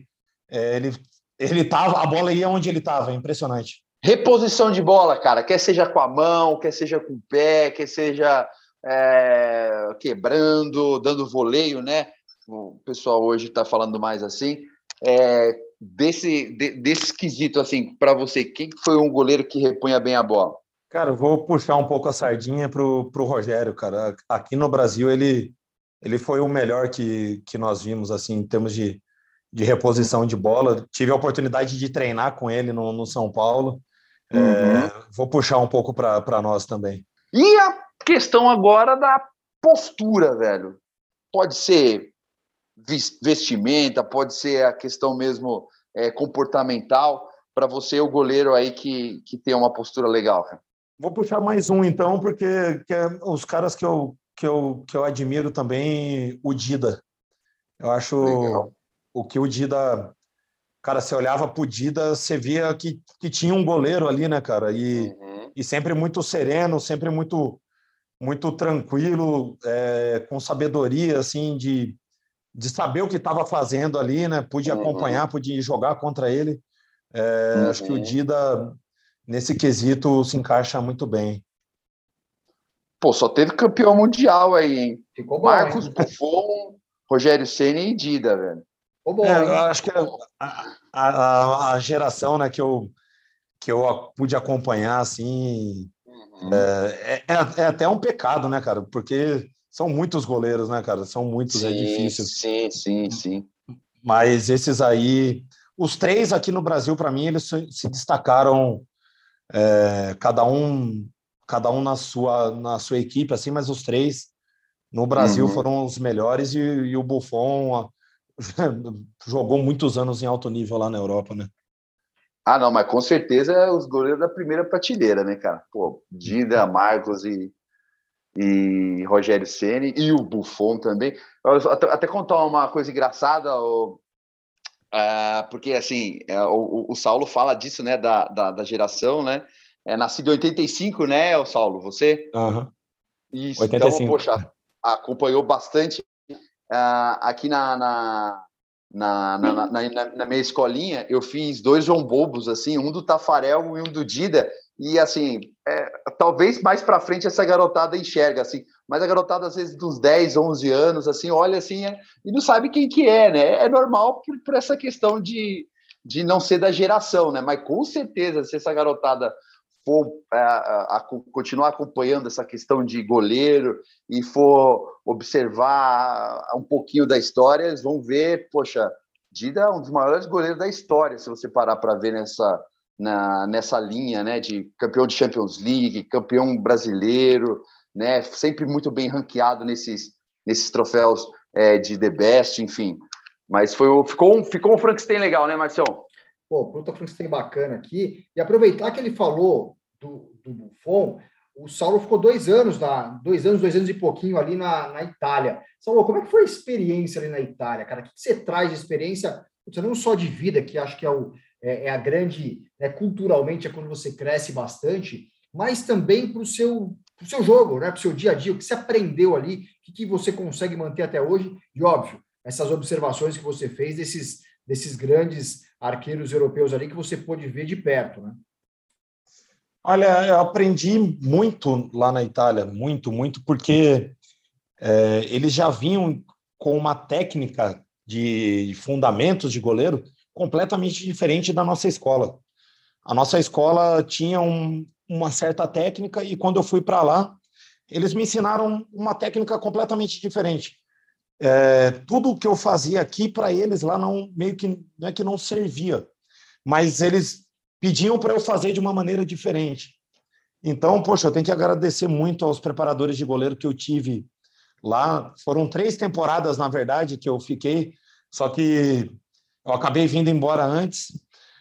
D: ele tava, a bola ia onde ele estava, impressionante.
C: Reposição de bola, cara, quer seja com a mão, quer seja com o pé, quer seja quebrando, dando voleio, né? O pessoal hoje está falando mais assim. Desse quesito, assim, para você, quem foi um goleiro que repunha bem a bola?
D: Cara, eu vou puxar um pouco a sardinha pro Rogério, cara. Aqui no Brasil, ele foi o melhor que nós vimos, assim, em termos de reposição de bola. Tive a oportunidade de treinar com ele no São Paulo. Vou puxar um pouco para nós também.
C: E a questão agora da postura, velho. Pode ser vestimenta, pode ser a questão mesmo comportamental. Para você, o goleiro aí que tem uma postura legal, cara.
D: Vou puxar mais um, então, porque os caras que eu admiro também, o Dida. Eu acho legal. O que o Dida... Cara, você olhava pro Dida, você via que tinha um goleiro ali, né, cara? E sempre muito sereno, sempre muito, muito tranquilo, com sabedoria, assim, de saber o que estava fazendo ali, né? Pude acompanhar, pude jogar contra ele. Acho que o Dida, nesse quesito, se encaixa muito bem.
C: Pô, só teve campeão mundial aí, hein?
B: Ficou bom,
C: Marcos,
B: hein?
C: Buffon, Rogério Ceni e Dida, velho.
B: Ficou bom,
D: eu acho que a geração, né, que eu pude acompanhar, assim, é até um pecado, né, cara? Porque são muitos goleiros, né, cara? São muitos, é difícil.
C: Sim.
D: Mas esses aí, os três aqui no Brasil, para mim, eles se destacaram, cada um na sua equipe, assim, mas os três no Brasil foram os melhores e o Buffon jogou muitos anos em alto nível lá na Europa, né?
C: Ah, não, mas com certeza os goleiros da primeira prateleira, né, cara? Pô, Dida, Marcos e Rogério Ceni e o Buffon também. Até contar uma coisa engraçada, porque assim, o Saulo fala disso, né, da geração, né? Nascido em 85, né, o Saulo, você? Isso, 85. Então, poxa, acompanhou bastante aqui na minha escolinha. Eu fiz 2 João Bobos, assim, um do Tafarel e um do Dida, e assim, talvez mais para frente essa garotada enxerga, assim, mas a garotada às vezes dos 10, 11 anos, assim, olha assim, e não sabe quem que é, né? É normal por essa questão de não ser da geração, né? Mas com certeza, se essa garotada for continuar acompanhando essa questão de goleiro e for observar um pouquinho da história, eles vão ver, poxa, Dida é um dos maiores goleiros da história, se você parar para ver nessa linha, né, de campeão de Champions League, campeão brasileiro, né, sempre muito bem ranqueado nesses troféus de The Best, enfim. Mas ficou um Frankenstein legal, né, Marcião?
B: Pô, puta Frankenstein bacana aqui. E aproveitar que ele falou do Buffon, o Saulo ficou 2 anos, 2 anos e pouquinho ali na Itália. Saulo, como é que foi a experiência ali na Itália, cara? O que você traz de experiência, não só de vida, que acho que é a grande, né, culturalmente é quando você cresce bastante, mas também para o seu jogo, né, para o seu dia a dia, o que você aprendeu ali, o que você consegue manter até hoje, e óbvio, essas observações que você fez desses grandes arqueiros europeus ali que você pôde ver de perto, né?
D: Olha, eu aprendi muito lá na Itália, muito, porque eles já vinham com uma técnica de fundamentos de goleiro completamente diferente da nossa escola. A nossa escola tinha uma certa técnica e quando eu fui para lá, eles me ensinaram uma técnica completamente diferente. Tudo que eu fazia aqui para eles lá meio que não é que não servia, mas eles pediam para eu fazer de uma maneira diferente. Então, poxa, eu tenho que agradecer muito aos preparadores de goleiro que eu tive lá. Foram 3 temporadas, na verdade, que eu fiquei, só que eu acabei vindo embora antes,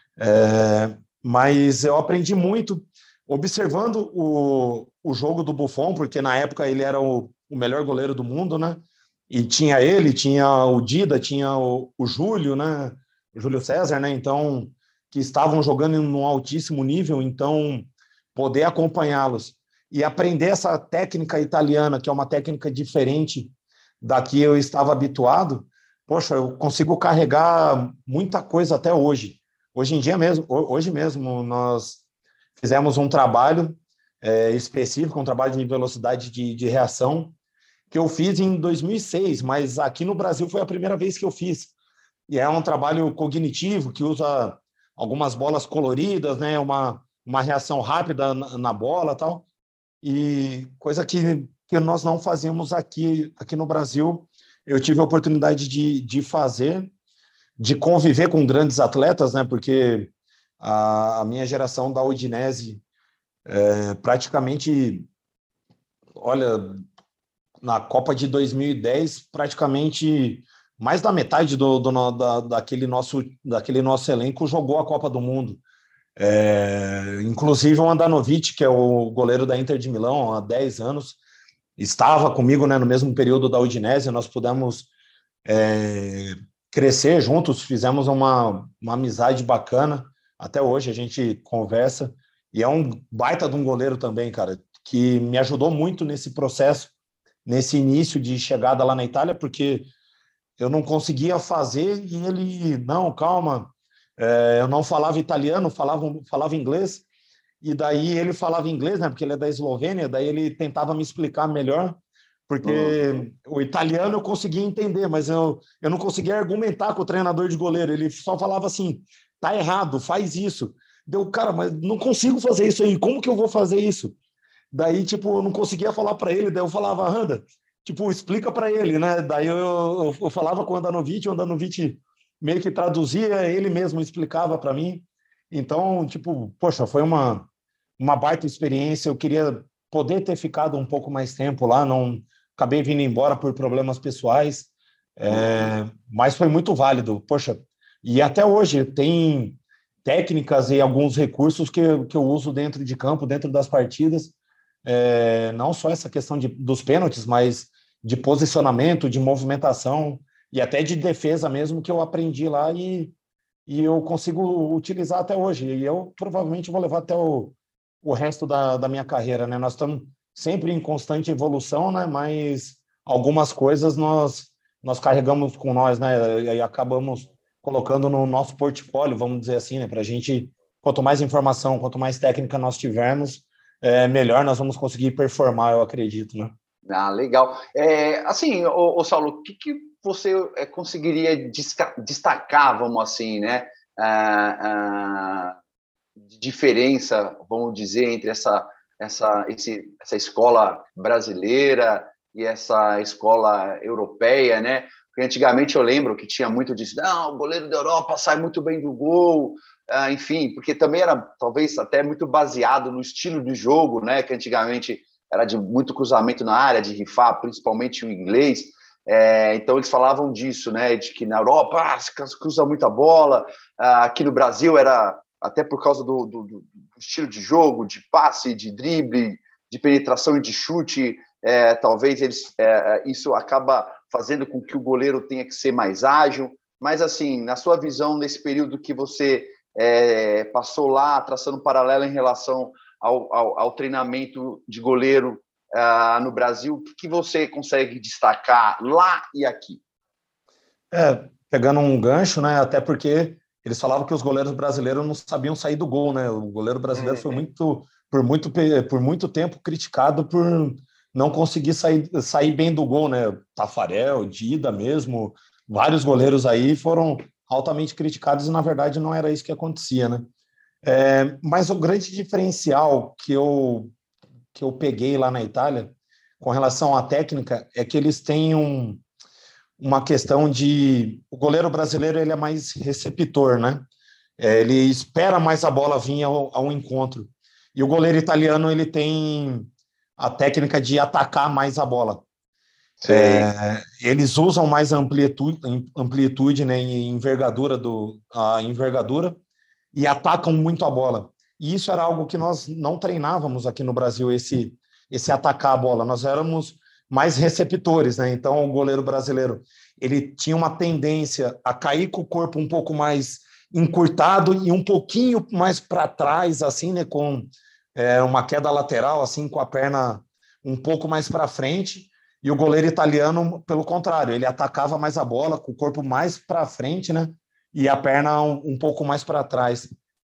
D: mas eu aprendi muito observando o jogo do Buffon, porque na época ele era o melhor goleiro do mundo, né? E tinha o Dida, tinha o Júlio, né? O Júlio César, né? Então, que estavam jogando num altíssimo nível, então poder acompanhá-los e aprender essa técnica italiana, que é uma técnica diferente da que eu estava habituado, poxa, eu consigo carregar muita coisa até hoje. Hoje em dia mesmo, hoje mesmo, nós fizemos um trabalho específico, um trabalho de velocidade de reação, que eu fiz em 2006, mas aqui no Brasil foi a primeira vez que eu fiz. E é um trabalho cognitivo que usa algumas bolas coloridas, né? Uma reação rápida na bola e tal. E coisa que nós não fazíamos aqui no Brasil. Eu tive a oportunidade de fazer, de conviver com grandes atletas, né? Porque a minha geração da Udinese praticamente, olha, na Copa de 2010, praticamente mais da metade daquele nosso elenco jogou a Copa do Mundo. Inclusive o Andanovic, que é o goleiro da Inter de Milão há 10 anos, estava comigo, né, no mesmo período da Udinese. Nós pudemos crescer juntos, fizemos uma amizade bacana. Até hoje a gente conversa. E é um baita de um goleiro também, cara, que me ajudou muito nesse processo, nesse início de chegada lá na Itália, porque eu não conseguia fazer e ele, não, calma, eu não falava italiano, falava inglês, e daí ele falava inglês, né, porque ele é da Eslovênia, daí ele tentava me explicar melhor, porque o italiano eu conseguia entender, mas eu não conseguia argumentar com o treinador de goleiro, ele só falava assim, tá errado, faz isso. Deu, cara, mas não consigo fazer isso aí, como que eu vou fazer isso? Daí, tipo, eu não conseguia falar para ele, daí eu falava, Randa, tipo, explica para ele, né? Daí eu falava com o Andanovic meio que traduzia, ele mesmo explicava para mim. Então, tipo, poxa, foi uma baita experiência. Eu queria poder ter ficado um pouco mais tempo lá, não acabei vindo embora por problemas pessoais, mas foi muito válido. Poxa, e até hoje tem técnicas e alguns recursos que eu uso dentro de campo, dentro das partidas. Não só essa questão dos pênaltis, mas de posicionamento, de movimentação e até de defesa mesmo, que eu aprendi lá e eu consigo utilizar até hoje. E eu provavelmente vou levar até o resto da minha carreira, né? Nós estamos sempre em constante evolução, né? Mas algumas coisas nós carregamos com nós, né? E acabamos colocando no nosso portfólio, vamos dizer assim, né? Para a gente, quanto mais informação, quanto mais técnica nós tivermos, melhor nós vamos conseguir performar, eu acredito, né?
C: Ah, legal. Assim, ô Saulo, o que você conseguiria destacar, vamos assim, né? De diferença, vamos dizer, entre essa escola brasileira e essa escola europeia, né? Porque antigamente eu lembro que tinha muito disso, não, o goleiro da Europa sai muito bem do gol, enfim, porque também era talvez até muito baseado no estilo de jogo, né? Que antigamente era de muito cruzamento na área, de rifar, principalmente o inglês. Então eles falavam disso, né? De que na Europa cruza muita bola, aqui no Brasil era até por causa do estilo de jogo, de passe, de drible, de penetração e de chute. Talvez isso acaba fazendo com que o goleiro tenha que ser mais ágil. Mas assim, na sua visão, nesse período que você passou lá, traçando um paralelo em relação ao treinamento de goleiro no Brasil, o que você consegue destacar lá e aqui?
D: Pegando um gancho, né? Até porque eles falavam que os goleiros brasileiros não sabiam sair do gol, né? O goleiro brasileiro foi por muito tempo criticado por não conseguir sair bem do gol, né? Tafarel, Dida mesmo, vários goleiros aí foram altamente criticados e, na verdade, não era isso que acontecia, né? Mas o grande diferencial que eu peguei lá na Itália, com relação à técnica, é que eles têm uma questão de... O goleiro brasileiro ele é mais receptor, né? Ele espera mais a bola vir ao encontro. E o goleiro italiano ele tem a técnica de atacar mais a bola. Eles usam mais a amplitude, né, e a envergadura, e atacam muito a bola. E isso era algo que nós não treinávamos aqui no Brasil, esse atacar a bola. Nós éramos mais receptores, né? Então, o goleiro brasileiro, ele tinha uma tendência a cair com o corpo um pouco mais encurtado e um pouquinho mais para trás, assim, né? Com uma queda lateral, assim, com a perna um pouco mais para frente, e o goleiro italiano, pelo contrário, ele atacava mais a bola, com o corpo mais para frente, né? E a perna um pouco mais para trás.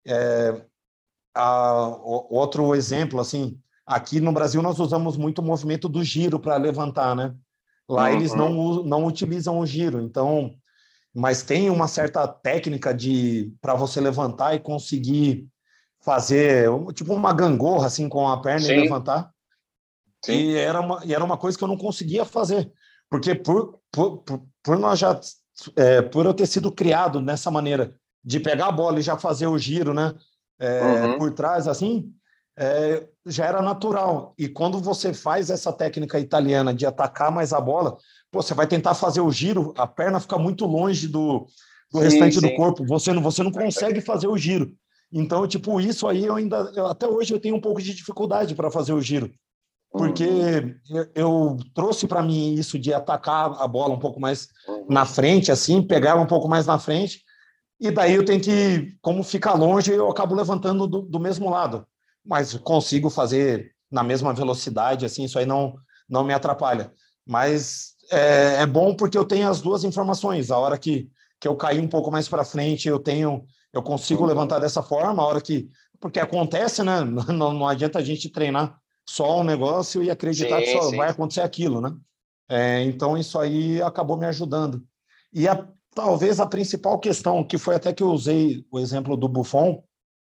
D: Outro exemplo, assim, aqui no Brasil nós usamos muito o movimento do giro para levantar, né? Lá eles não utilizam o giro, então, mas tem uma certa técnica para você levantar e conseguir fazer tipo uma gangorra assim com a perna. Sim. E levantar. Sim. E era uma coisa que eu não conseguia fazer, porque por nós já por eu ter sido criado nessa maneira de pegar a bola e já fazer o giro, né? Por trás, assim, já era natural. E quando você faz essa técnica italiana de atacar mais a bola, você vai tentar fazer o giro, a perna fica muito longe do restante do corpo, você não consegue fazer o giro. Então, tipo, isso aí até hoje eu tenho um pouco de dificuldade para fazer o giro, porque eu trouxe para mim isso de atacar a bola um pouco mais na frente, assim, pegar um pouco mais na frente, e daí eu tenho que, como fica longe, eu acabo levantando do mesmo lado, mas consigo fazer na mesma velocidade, assim, isso aí não me atrapalha. Mas é bom porque eu tenho as duas informações. A hora que eu cair um pouco mais para frente, eu consigo levantar dessa forma, a hora que... Porque acontece, né? Não adianta a gente treinar só um negócio e acreditar que só vai acontecer aquilo, né? Então, isso aí acabou me ajudando. E talvez a principal questão, que foi até que eu usei o exemplo do Buffon,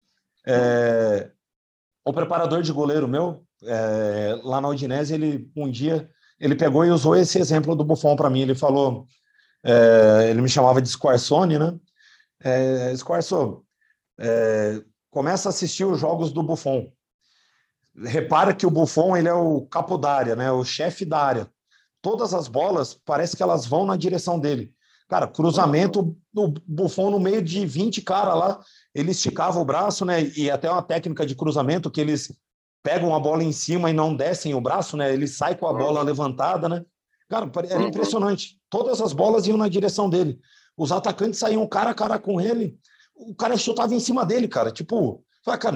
D: o preparador de goleiro meu, lá na Udinese, um dia ele pegou e usou esse exemplo do Buffon para mim. Ele falou, ele me chamava de Squarsone, né? Squarso, começa a assistir os jogos do Buffon. Repara que o Buffon, ele é o capo da área, né? O chefe da área. Todas as bolas, parece que elas vão na direção dele. Cara, cruzamento do Buffon no meio de 20 caras lá, ele esticava o braço, né? E até uma técnica de cruzamento que eles pegam a bola em cima e não descem o braço, né? Ele sai com a bola levantada, né? Cara, era impressionante. Todas as bolas iam na direção dele. Os atacantes saíam cara a cara com ele, o cara chutava em cima dele, cara. Tipo, cara,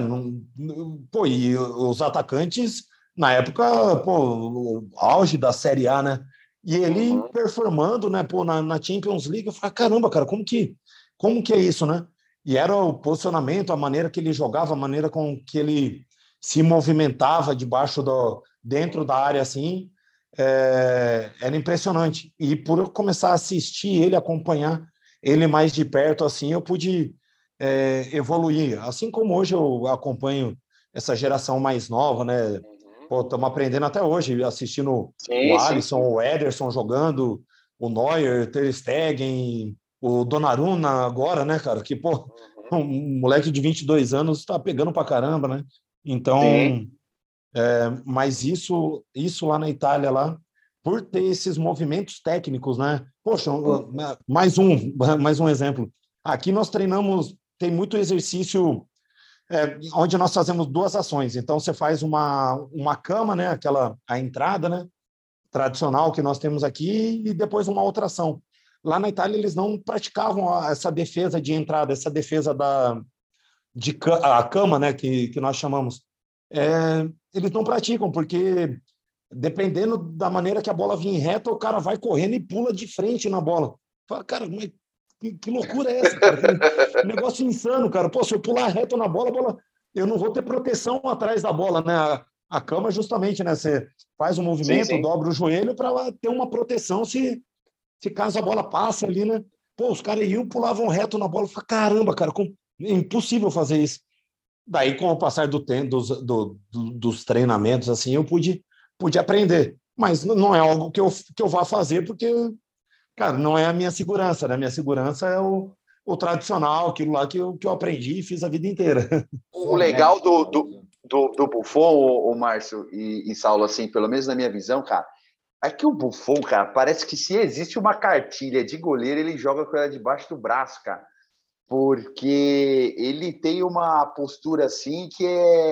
D: e os atacantes, na época, o auge da Série A, né? E ele performando, né, na Champions League, eu falei, caramba, cara, como que é isso, né? E era o posicionamento, a maneira que ele jogava, a maneira com que ele se movimentava dentro da área, assim, era impressionante. E por eu começar a assistir ele, acompanhar ele mais de perto, assim, eu pude evoluir. Assim como hoje eu acompanho essa geração mais nova, né? Estamos aprendendo até hoje, assistindo o Alisson, o Ederson jogando, o Neuer, Ter Stegen, o Donnarumma agora, né, cara? Que, um moleque de 22 anos está pegando pra caramba, né? Então, mas isso lá na Itália, lá, por ter esses movimentos técnicos, né? Poxa, mais um exemplo. Aqui nós treinamos, tem muito exercício onde nós fazemos duas ações. Então, você faz uma cama, né? A entrada, né? Tradicional que nós temos aqui, e depois uma outra ação. Lá na Itália, eles não praticavam essa defesa de entrada, essa defesa a cama, né? Que nós chamamos. Eles não praticam, porque dependendo da maneira que a bola vinha reta, o cara vai correndo e pula de frente na bola. Fala, cara, mas que loucura é essa, cara? Que negócio insano, cara. Se eu pular reto na bola, eu não vou ter proteção atrás da bola, né? A cama, justamente, né? Você faz um movimento, dobra o joelho para ter uma proteção se caso a bola passe ali, né? Os caras pulavam reto na bola. Eu falei, caramba, cara, é impossível fazer isso. Daí, com o passar do tempo, dos treinamentos, assim, eu pude aprender. Mas não é algo que eu vá fazer, porque... Cara, não é a minha segurança, né? Minha segurança é o tradicional, aquilo lá que eu aprendi e fiz a vida inteira.
C: O legal do Buffon, o Márcio e Saulo, assim, pelo menos na minha visão, cara, é que o Buffon, cara, parece que se existe uma cartilha de goleiro, ele joga com ela debaixo do braço, cara. Porque ele tem uma postura, assim, que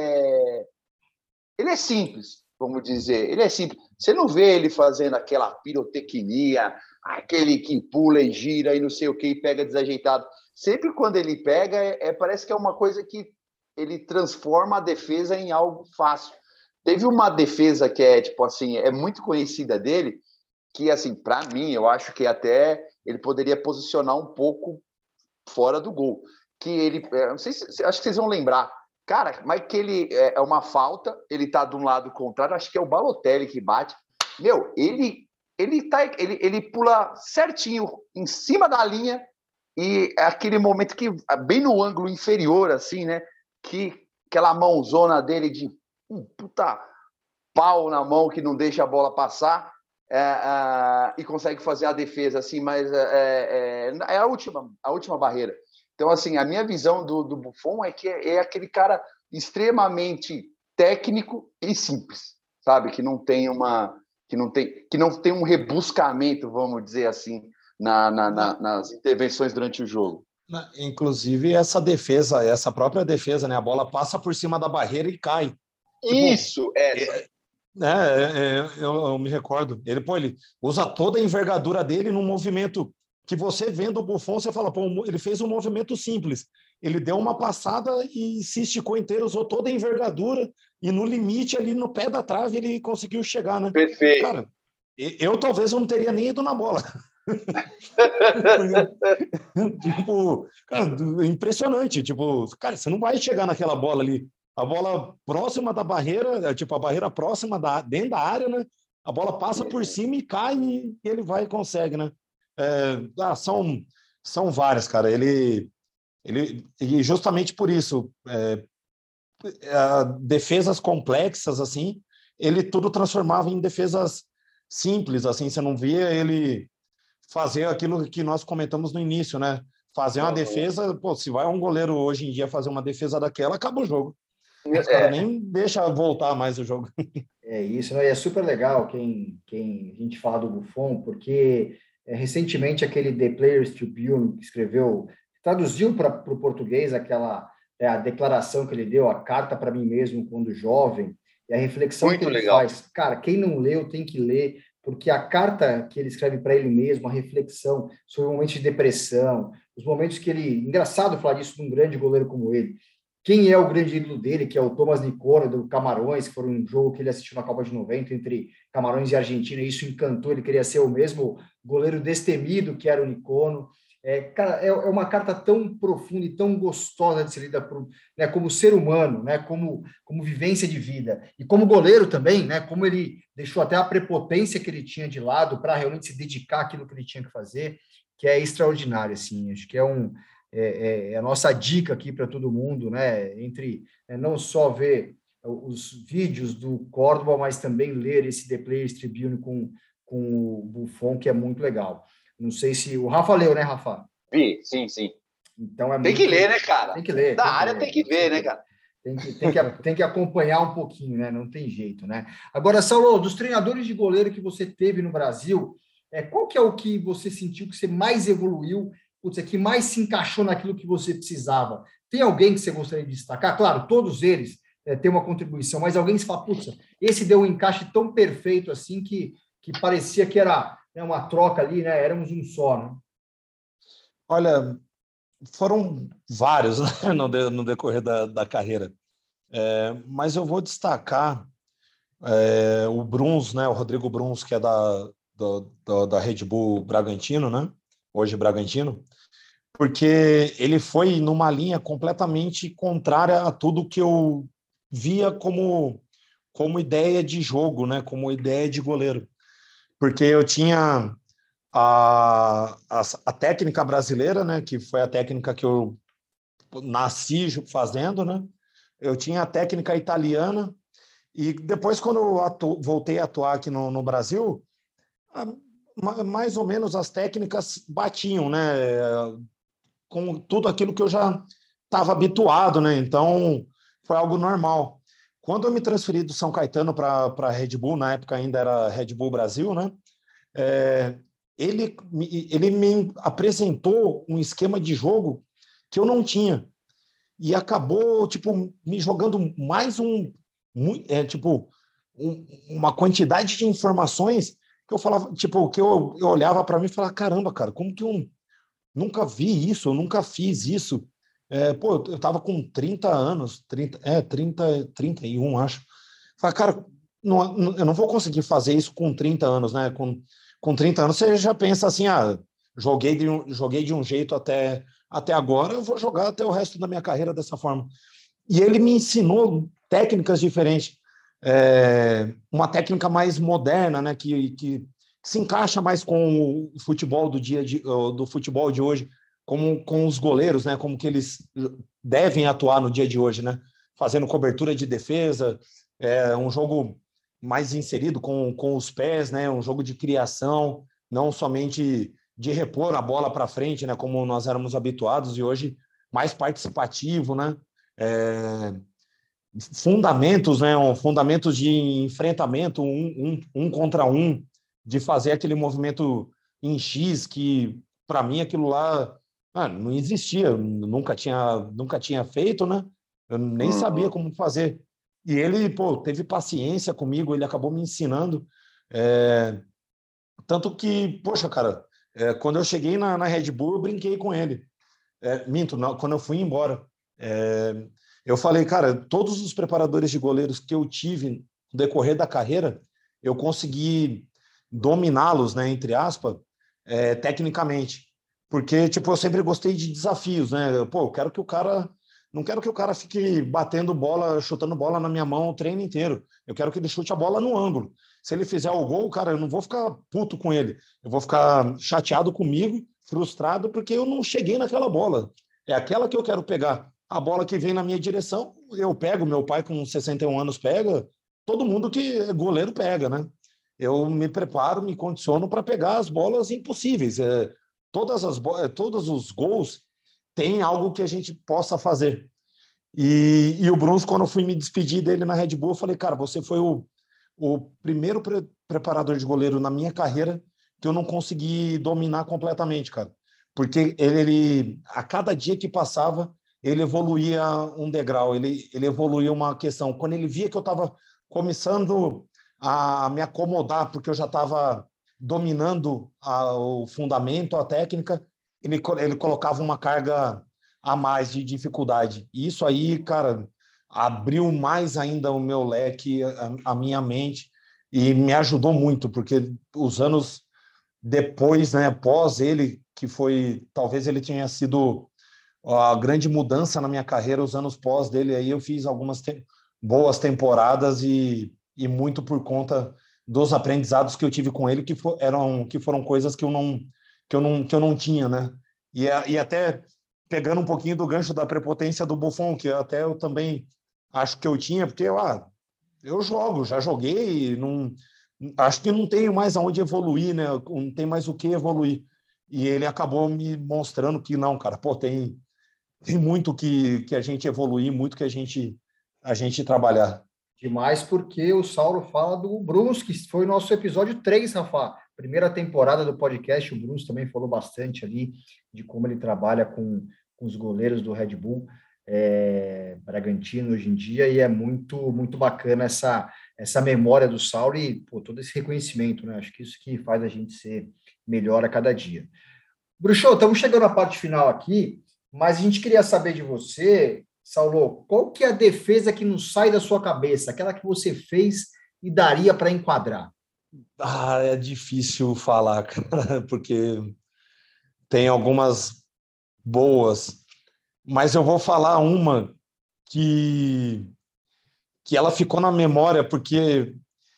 C: ele é simples, vamos dizer. Ele é simples. Você não vê ele fazendo aquela pirotecnia, aquele que pula e gira e não sei o que, e pega desajeitado. Sempre quando ele pega, parece que é uma coisa que ele transforma a defesa em algo fácil. Teve uma defesa que é, tipo assim, é muito conhecida dele, que, assim, para mim, eu acho que até ele poderia posicionar um pouco fora do gol. Que ele, não sei se, acho que vocês vão lembrar, cara, mas que ele é uma falta, ele tá de um lado contrário, acho que é o Balotelli que bate. Meu, ele pula certinho em cima da linha e é aquele momento que, bem no ângulo inferior, assim, né, que aquela mãozona dele de puta pau na mão que não deixa a bola passar, e consegue fazer a defesa, assim, mas é a última barreira. Então, assim, a minha visão do Buffon é que é aquele cara extremamente técnico e simples, sabe? Que não tem um rebuscamento, vamos dizer assim, nas intervenções durante o jogo.
D: Inclusive, essa própria defesa, né? A bola passa por cima da barreira e cai.
C: Isso, essa.
D: Eu me recordo. Ele usa toda a envergadura dele num movimento que você vendo o Buffon, você fala, ele fez um movimento simples. Ele deu uma passada e se esticou inteiro, usou toda a envergadura e no limite, ali no pé da trave, ele conseguiu chegar, né?
C: Perfeito.
D: Cara, eu talvez não teria nem ido na bola. Tipo, cara, impressionante. Tipo, cara, você não vai chegar naquela bola ali. A bola próxima da barreira, tipo, a barreira próxima dentro da área, né? A bola passa por cima e cai e ele vai e consegue, né? São várias, cara. E justamente por isso, defesas complexas, assim, ele tudo transformava em defesas simples, assim, você não via ele fazer aquilo que nós comentamos no início, né? Fazer uma defesa, se vai um goleiro hoje em dia fazer uma defesa daquela, acaba o jogo. Os caras nem deixa voltar mais o jogo.
B: É isso, né? E é super legal quem a gente fala do Buffon, porque recentemente aquele The Players Tribune que escreveu, traduziu para o português a declaração que ele deu, a carta para mim mesmo quando jovem, e a reflexão
C: Muito
B: que ele
C: legal.
B: faz. Cara, quem não leu tem que ler, porque a carta que ele escreve para ele mesmo, a reflexão sobre momentos de depressão, os momentos que ele... Engraçado falar disso de um grande goleiro como ele. Quem é o grande ídolo dele, que é o Thomas Nicola, do Camarões, que foi um jogo que ele assistiu na Copa de 90, entre Camarões e Argentina, e isso encantou, ele queria ser o mesmo goleiro destemido que era o Nicono. Cara, é uma carta tão profunda e tão gostosa de ser lida né, como ser humano, né, como vivência de vida. E como goleiro também, né, como ele deixou até a prepotência que ele tinha de lado para realmente se dedicar àquilo que ele tinha que fazer, que é extraordinário, assim. Acho que é a nossa dica aqui para todo mundo, né, não só ver os vídeos do Córdoba, mas também ler esse The Players Tribune com o Buffon, que é muito legal. Não sei se... O Rafa leu, né, Rafa?
C: Sim.
B: Então
C: tem que ler, né, cara?
B: Tem que ler.
C: Da área tem que ver, né, cara?
B: Tem que acompanhar um pouquinho, né? Não tem jeito, né? Agora, Saulo, dos treinadores de goleiro que você teve no Brasil, qual que é o que você sentiu que você mais evoluiu, que mais se encaixou naquilo que você precisava? Tem alguém que você gostaria de destacar? Claro, todos eles têm uma contribuição, mas alguém que você fala, esse deu um encaixe tão perfeito assim que parecia que era uma troca ali, né? Éramos um só, né?
D: Olha, foram vários, né, no decorrer da carreira. Mas eu vou destacar o Bruns, né, o Rodrigo Bruns, que é da Red Bull Bragantino, né? Hoje Bragantino, porque ele foi numa linha completamente contrária a tudo que eu via como ideia de jogo, né? Como ideia de goleiro. Porque eu tinha a técnica brasileira, né? Que foi a técnica que eu nasci fazendo, né? Eu tinha a técnica italiana e depois, quando eu voltei a atuar aqui no Brasil, mais ou menos as técnicas batiam, né? Com tudo aquilo que eu já estava habituado, né? Então, foi algo normal. Quando eu me transferi do São Caetano para a Red Bull, na época ainda era Red Bull Brasil, né? Ele me apresentou um esquema de jogo que eu não tinha. E acabou, me jogando mais uma quantidade de informações que eu falava, que eu olhava para mim e falava, caramba, cara, como que eu nunca vi isso, eu nunca fiz isso. Eu tava com 30 anos, 31, acho. Falei, cara, eu não vou conseguir fazer isso com 30 anos, né? Com 30 anos você já pensa assim, joguei de um jeito até agora, eu vou jogar até o resto da minha carreira dessa forma. E ele me ensinou técnicas diferentes, uma técnica mais moderna, né? Que se encaixa mais com o futebol do futebol de hoje, como com os goleiros, né? Como que eles devem atuar no dia de hoje, né? Fazendo cobertura de defesa, um jogo mais inserido com os pés, né? Um jogo de criação, não somente de repor a bola para frente, né? Como nós éramos habituados, e hoje mais participativo, né? Fundamentos, né? Fundamentos de enfrentamento, um contra um, de fazer aquele movimento em X, que para mim aquilo lá não existia, nunca tinha feito, né? Eu nem sabia como fazer. E ele, teve paciência comigo, ele acabou me ensinando. Tanto que, poxa, cara, quando eu cheguei na Red Bull, eu brinquei com ele. Quando eu fui embora, eu falei, cara, todos os preparadores de goleiros que eu tive no decorrer da carreira, eu consegui dominá-los, né, entre aspas, tecnicamente. Porque, eu sempre gostei de desafios, né? Eu quero que o cara... Não quero que o cara fique batendo bola, chutando bola na minha mão o treino inteiro. Eu quero que ele chute a bola no ângulo. Se ele fizer o gol, cara, eu não vou ficar puto com ele. Eu vou ficar chateado comigo, frustrado, porque eu não cheguei naquela bola. É aquela que eu quero pegar. A bola que vem na minha direção, eu pego. Meu pai, com 61 anos, pega. Todo mundo que é goleiro pega, né? Eu me preparo, me condiciono para pegar as bolas impossíveis. Todos os gols tem algo que a gente possa fazer. E o Bruns, quando eu fui me despedir dele na Red Bull, eu falei, cara, você foi o primeiro preparador de goleiro na minha carreira que eu não consegui dominar completamente, cara. Porque ele a cada dia que passava, ele evoluía um degrau, ele evoluía uma questão. Quando ele via que eu estava começando a me acomodar, porque eu já estava dominando o fundamento, a técnica, ele colocava uma carga a mais de dificuldade. E isso aí, cara, abriu mais ainda o meu leque, a minha mente, e me ajudou muito, porque os anos depois, né, após ele, que foi, talvez ele tenha sido a grande mudança na minha carreira, os anos pós dele, aí eu fiz algumas boas temporadas e muito por conta dos aprendizados que eu tive com ele, que foram coisas que eu não tinha, né? E até pegando um pouquinho do gancho da prepotência do Buffon, que até eu também acho que eu tinha, porque eu já joguei, acho que não tenho mais aonde evoluir, né? Não tem mais o que evoluir. E ele acabou me mostrando que não, cara, tem muito que a gente evoluir, muito que a gente trabalhar.
B: Demais, porque o Saulo fala do Bruns, que foi o nosso episódio 3, Rafa. Primeira temporada do podcast, o Bruns também falou bastante ali de como ele trabalha com os goleiros do Red Bull Bragantino hoje em dia, e é muito, muito bacana essa memória do Saulo e todo esse reconhecimento, né? Acho que isso que faz a gente ser melhor a cada dia. Bruxo, estamos chegando à parte final aqui, mas a gente queria saber de você, Saulo, qual que é a defesa que não sai da sua cabeça, aquela que você fez e daria para enquadrar?
D: É difícil falar, cara, porque tem algumas boas, mas eu vou falar uma que ela ficou na memória, porque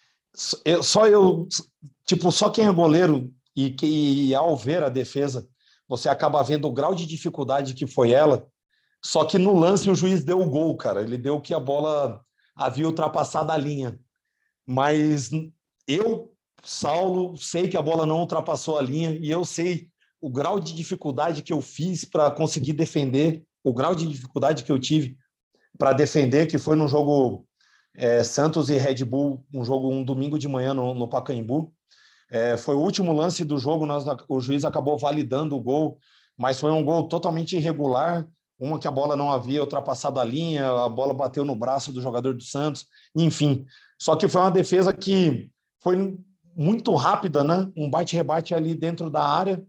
D: só quem é goleiro e que ao ver a defesa, você acaba vendo o grau de dificuldade que foi ela. Só que no lance o juiz deu o gol, cara. Ele deu que a bola havia ultrapassado a linha. Mas eu, Saulo, sei que a bola não ultrapassou a linha e eu sei o grau de dificuldade que eu fiz para conseguir defender, o grau de dificuldade que eu tive para defender, que foi no jogo Santos e Red Bull, um domingo de manhã no Pacaembu. Foi o último lance do jogo, o juiz acabou validando o gol, mas foi um gol totalmente irregular, uma que a bola não havia ultrapassado a linha, a bola bateu no braço do jogador do Santos, enfim. Só que foi uma defesa que foi muito rápida, né? Um bate-rebate ali dentro da área,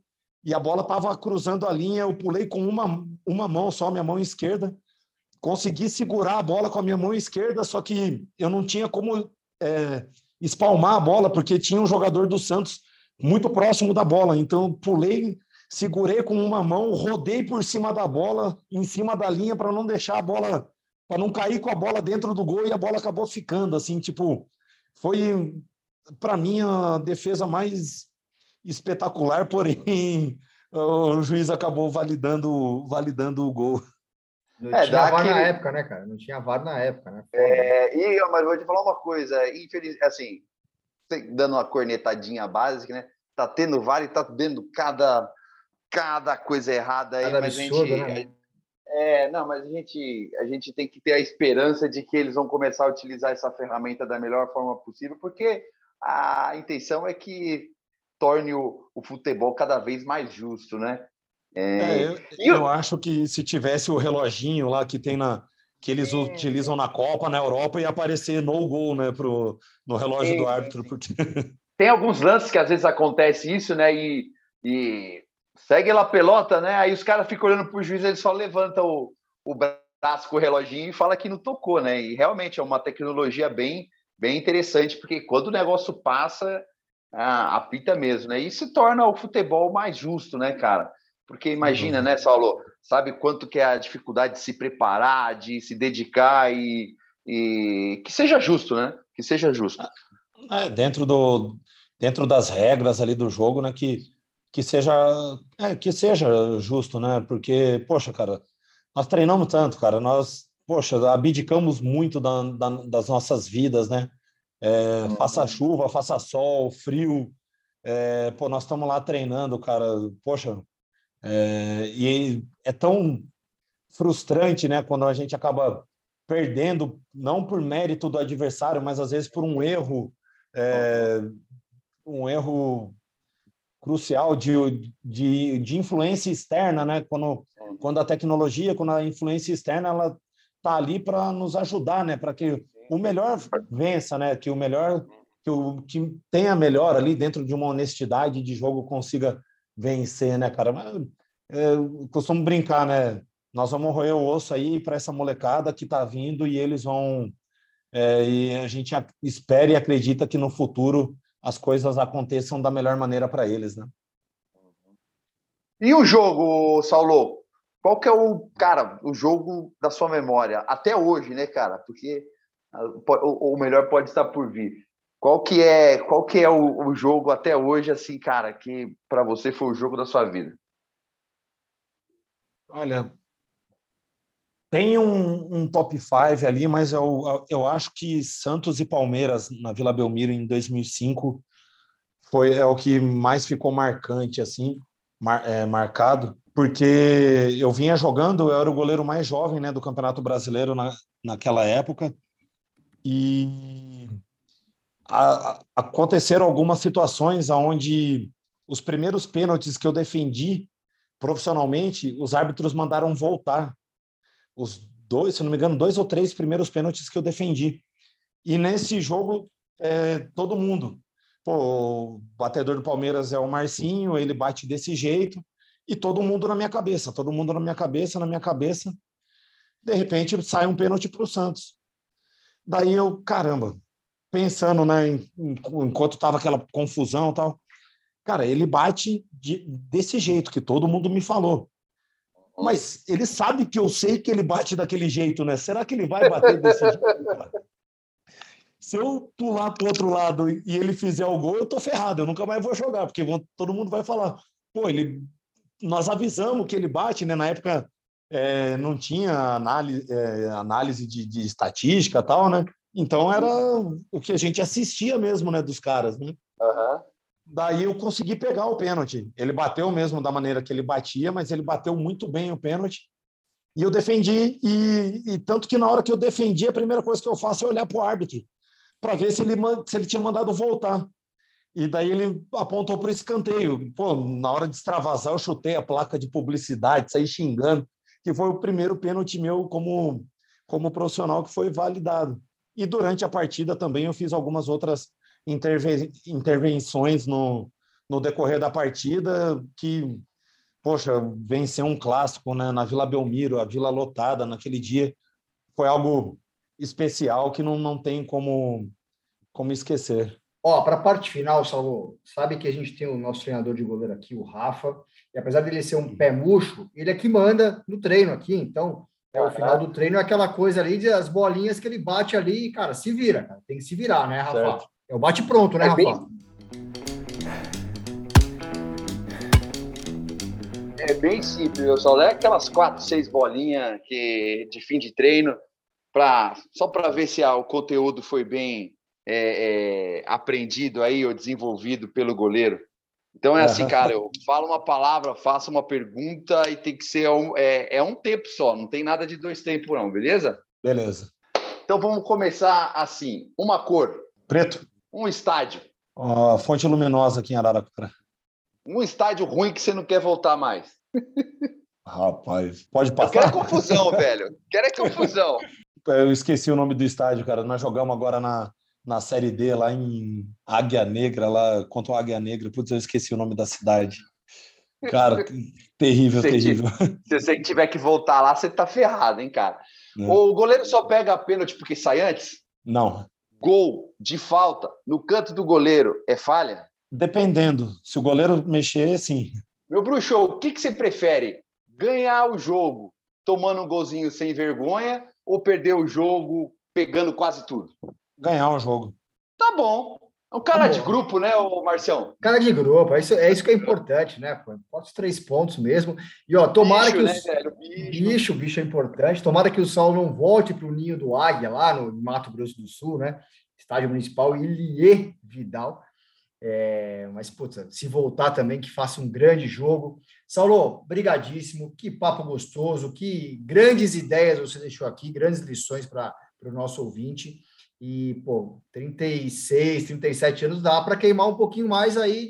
D: e a bola estava cruzando a linha, eu pulei com uma mão só, minha mão esquerda, consegui segurar a bola com a minha mão esquerda, só que eu não tinha como espalmar a bola, porque tinha um jogador do Santos muito próximo da bola, então pulei, segurei com uma mão, rodei por cima da bola, em cima da linha, para não deixar a bola, para não cair com a bola dentro do gol, e a bola acabou ficando, assim, tipo, foi, para mim, a defesa mais espetacular, porém, o juiz acabou validando o gol.
B: Não tinha VAR na época, né, cara? Não tinha VAR na época, né?
C: Mas vou te falar uma coisa, assim, dando uma cornetadinha básica, né? Tá tendo VAR e tá vendo cada coisa errada aí,
B: cada
C: mas
B: absurdo,
C: a gente...
B: né?
C: Mas a gente tem que ter a esperança de que eles vão começar a utilizar essa ferramenta da melhor forma possível, porque a intenção é que torne o futebol cada vez mais justo, né?
D: Eu acho que se tivesse o reloginho lá que tem que eles utilizam na Copa, na Europa, ia aparecer no gol, né, no relógio do árbitro. Porque...
C: Tem alguns lances que às vezes acontece isso, né, e segue lá a pelota, né, aí os caras ficam olhando pro juiz, ele só levanta o braço com o reloginho e fala que não tocou, né, e realmente é uma tecnologia bem interessante, porque quando o negócio passa, apita mesmo, né, e se torna o futebol mais justo, né, cara? Porque imagina, né, Saulo, sabe quanto que é a dificuldade de se preparar, de se dedicar e que seja justo, né? Que seja justo.
D: Dentro das regras ali do jogo, né, que seja justo, né? Porque, poxa, cara, nós treinamos tanto, cara, nós, poxa, abdicamos muito das nossas vidas, né? Faça chuva, faça sol, frio, nós estamos lá treinando, cara, poxa, e é tão frustrante, né, quando a gente acaba perdendo, não por mérito do adversário, mas às vezes por um erro crucial de influência externa, né? Quando a tecnologia, quando a influência externa, ela tá ali para nos ajudar, né? Para que o melhor vença, né? Que o melhor, que o que tenha melhor ali dentro de uma honestidade de jogo consiga vencer, né, cara? Mas, eu costumo brincar, né? Nós vamos roer o osso aí para essa molecada que tá vindo e eles vão e a gente espera e acredita que no futuro as coisas aconteçam da melhor maneira para eles, né?
C: E o jogo, Saulo? Qual que é o jogo da sua memória? Até hoje, né, cara? Porque o melhor pode estar por vir. Qual que é o jogo até hoje, assim, cara, que para você foi o jogo da sua vida?
D: Olha, tem um top 5 ali, mas eu acho que Santos e Palmeiras na Vila Belmiro em 2005 é o que mais ficou marcante, assim, marcado, porque eu vinha jogando, eu era o goleiro mais jovem, né, do Campeonato Brasileiro naquela época, e aconteceram algumas situações onde os primeiros pênaltis que eu defendi profissionalmente, os árbitros mandaram voltar. Os dois, se não me engano, 2 ou 3 primeiros pênaltis que eu defendi. E nesse jogo, todo mundo. O batedor do Palmeiras é o Marcinho, ele bate desse jeito, e todo mundo na minha cabeça. Na minha cabeça. De repente, sai um pênalti para o Santos. Daí eu, caramba, pensando, né, enquanto estava aquela confusão e tal, cara, ele bate desse jeito que todo mundo me falou. Mas ele sabe que eu sei que ele bate daquele jeito, né? Será que ele vai bater desse jeito, cara? Se eu pular para o outro lado e ele fizer o gol, eu tô ferrado, eu nunca mais vou jogar, porque todo mundo vai falar, pô, nós avisamos que ele bate, né? Na época não tinha análise de estatística e tal, né? Então era o que a gente assistia mesmo, né, dos caras, né?
C: Uhum.
D: Daí eu consegui pegar o pênalti. Ele bateu mesmo da maneira que ele batia, mas ele bateu muito bem o pênalti. E eu defendi, e tanto que na hora que eu defendi, a primeira coisa que eu faço é olhar para o árbitro, para ver se ele tinha mandado voltar. E daí ele apontou para o escanteio. Pô, na hora de extravasar, eu chutei a placa de publicidade, saí xingando, que foi o primeiro pênalti meu como profissional que foi validado. E durante a partida também eu fiz algumas outras intervenções no decorrer da partida que poxa, vencer um clássico, né, na Vila Belmiro, a Vila lotada naquele dia, foi algo especial que não tem como esquecer.
B: Ó, para a parte final, Saulo, sabe que a gente tem o nosso treinador de goleiro aqui, o Rafa, e apesar dele ser um pé murcho, ele é que manda no treino aqui, então o final do treino é aquela coisa ali de as bolinhas que ele bate ali e, cara, se vira, cara. Tem que se virar, né, Rafa? Certo. É o bate pronto, né, Rafa?
C: É bem simples, só é aquelas 4, 6 bolinhas de fim de treino, só para ver se o conteúdo foi bem aprendido aí ou desenvolvido pelo goleiro. Então é assim, cara, eu falo uma palavra, faço uma pergunta e tem que ser um tempo só, não tem nada de 2 tempos não, beleza?
D: Beleza.
C: Então vamos começar assim, uma cor.
D: Preto.
C: Um estádio.
D: Fonte Luminosa aqui em Araraquara.
C: Um estádio ruim que você não quer voltar mais.
D: Rapaz, pode passar?
C: Eu quero confusão, velho. Quero confusão.
D: Eu esqueci o nome do estádio, cara. Nós jogamos agora na Série D, lá em Águia Negra, lá contra o Águia Negra. Putz, eu esqueci o nome da cidade. Cara, terrível, terrível.
C: Se você tiver que voltar lá, você tá ferrado, hein, cara? O goleiro só pega a pênalti porque sai antes?
D: Não.
C: Gol de falta no canto do goleiro é falha?
D: Dependendo. Se o goleiro mexer, sim.
C: Meu bruxo, o que você prefere? Ganhar o jogo tomando um golzinho sem vergonha ou perder o jogo pegando quase tudo?
D: Ganhar o jogo.
C: Tá bom. É um cara de grupo, né, Marcião?
B: Cara de grupo, é isso que é importante, né? Pode os 3 pontos mesmo. E, ó, tomara bicho, que
C: né, velho?
B: Bicho é importante. Tomara que o Saulo não volte para o ninho do Águia, lá no Mato Grosso do Sul, né? Estádio Municipal Ilie Vidal. Mas, putz, se voltar também, que faça um grande jogo. Saulo, brigadíssimo. Que papo gostoso, que grandes ideias você deixou aqui, grandes lições para o nosso ouvinte. E, 36, 37 anos dá para queimar um pouquinho mais aí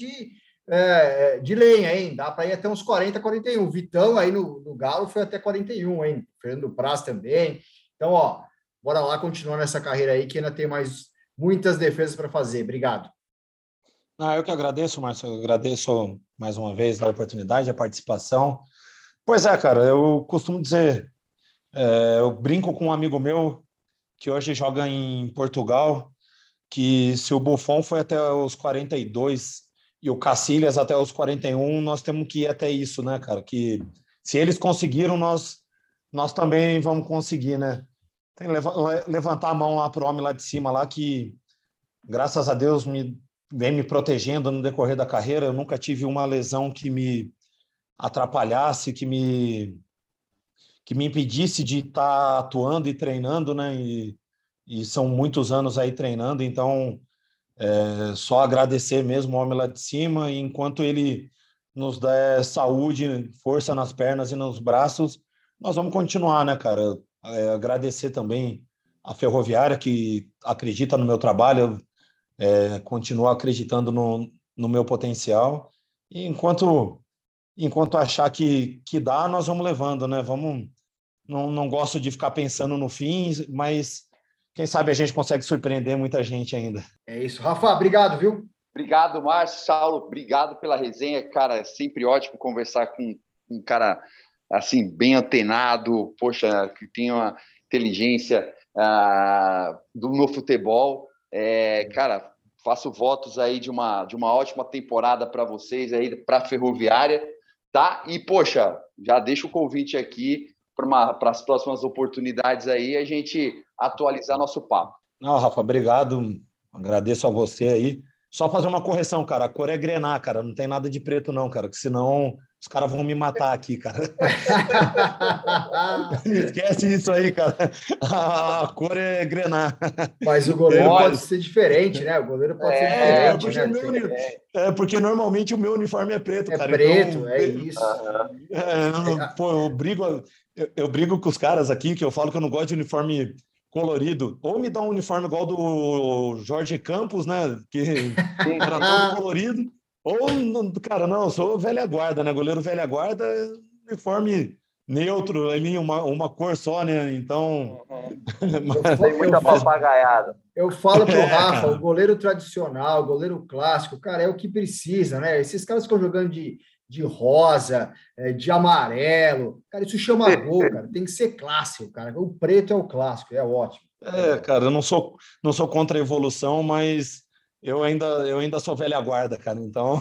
B: de lenha, hein? Dá para ir até uns 40, 41. Vitão aí no Galo foi até 41, hein? Fernando Praz também. Então, ó, bora lá continuar nessa carreira aí, que ainda tem muitas defesas para fazer. Obrigado.
D: Eu que agradeço, Márcio. Eu agradeço mais uma vez a oportunidade, a participação. Pois é, cara, eu costumo dizer, eu brinco com um amigo meu que hoje joga em Portugal, que se o Buffon foi até os 42 e o Cacilhas até os 41, nós temos que ir até isso, né, cara? Que se eles conseguiram, nós também vamos conseguir, né? Tem que levantar a mão lá pro homem lá de cima, lá que, graças a Deus, vem me protegendo no decorrer da carreira. Eu nunca tive uma lesão que me atrapalhasse, que me impedisse de estar atuando e treinando, né? E são muitos anos aí treinando, então só agradecer mesmo o homem lá de cima, e enquanto ele nos der saúde, força nas pernas e nos braços, nós vamos continuar, né, cara? Agradecer também a Ferroviária, que acredita no meu trabalho, continua acreditando no meu potencial, e enquanto achar que dá, nós vamos levando, né? Não gosto de ficar pensando no fim, mas quem sabe a gente consegue surpreender muita gente ainda.
B: É isso. Rafa, obrigado, viu?
C: Obrigado, Márcio. Saulo, obrigado pela resenha. Cara, é sempre ótimo conversar com um cara assim, bem antenado, poxa, que tem uma inteligência no futebol. Cara, faço votos aí de uma ótima temporada para vocês aí, para a Ferroviária, tá? E, poxa, já deixo o convite aqui para as próximas oportunidades aí, a gente atualizar nosso papo.
D: Não, Rafa, obrigado. Agradeço a você aí. Só fazer uma correção, cara. A cor é grená, cara. Não tem nada de preto, não, cara. Que senão os caras vão me matar aqui, cara. Esquece isso aí, cara. A cor é grená.
B: Mas o goleiro pode ser diferente, né? O goleiro pode ser diferente,
D: né? Porque normalmente o meu uniforme é preto, cara.
B: É preto, então, é isso.
D: Eu brigo com os caras aqui, que eu falo que eu não gosto de uniforme colorido. Ou me dá um uniforme igual do Jorge Campos, né? Que era todo colorido. Ou, cara, não, eu sou velha guarda, né? Goleiro velha guarda, uniforme neutro, ali uma cor só, né? Então...
C: Tem muita papagaiada.
B: Eu falo pro Rafa, o goleiro tradicional, o goleiro clássico, cara, é o que precisa, né? Esses caras ficam jogando de de rosa, de amarelo. Cara, isso chama gol, cara. Tem que ser clássico, cara. O preto é o clássico, é ótimo.
D: Cara, eu não sou contra a evolução, mas eu ainda sou velha guarda, cara. Então,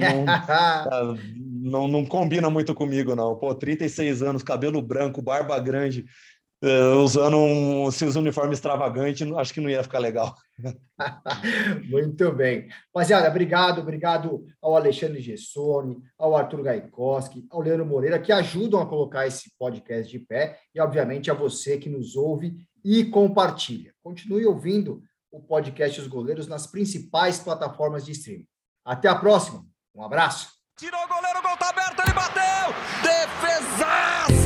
D: não combina muito comigo, não. Pô, 36 anos, cabelo branco, barba grande, usando esses uniformes extravagantes, acho que não ia ficar legal.
B: Muito bem. Rapaziada, obrigado ao Alexandre Gessoni, ao Arthur Gaikoski, ao Leandro Moreira, que ajudam a colocar esse podcast de pé, e, obviamente, a você que nos ouve e compartilha. Continue ouvindo o podcast Os Goleiros nas principais plataformas de streaming. Até a próxima. Um abraço.
A: Tirou o goleiro, o gol tá aberto, ele bateu! Defesaço!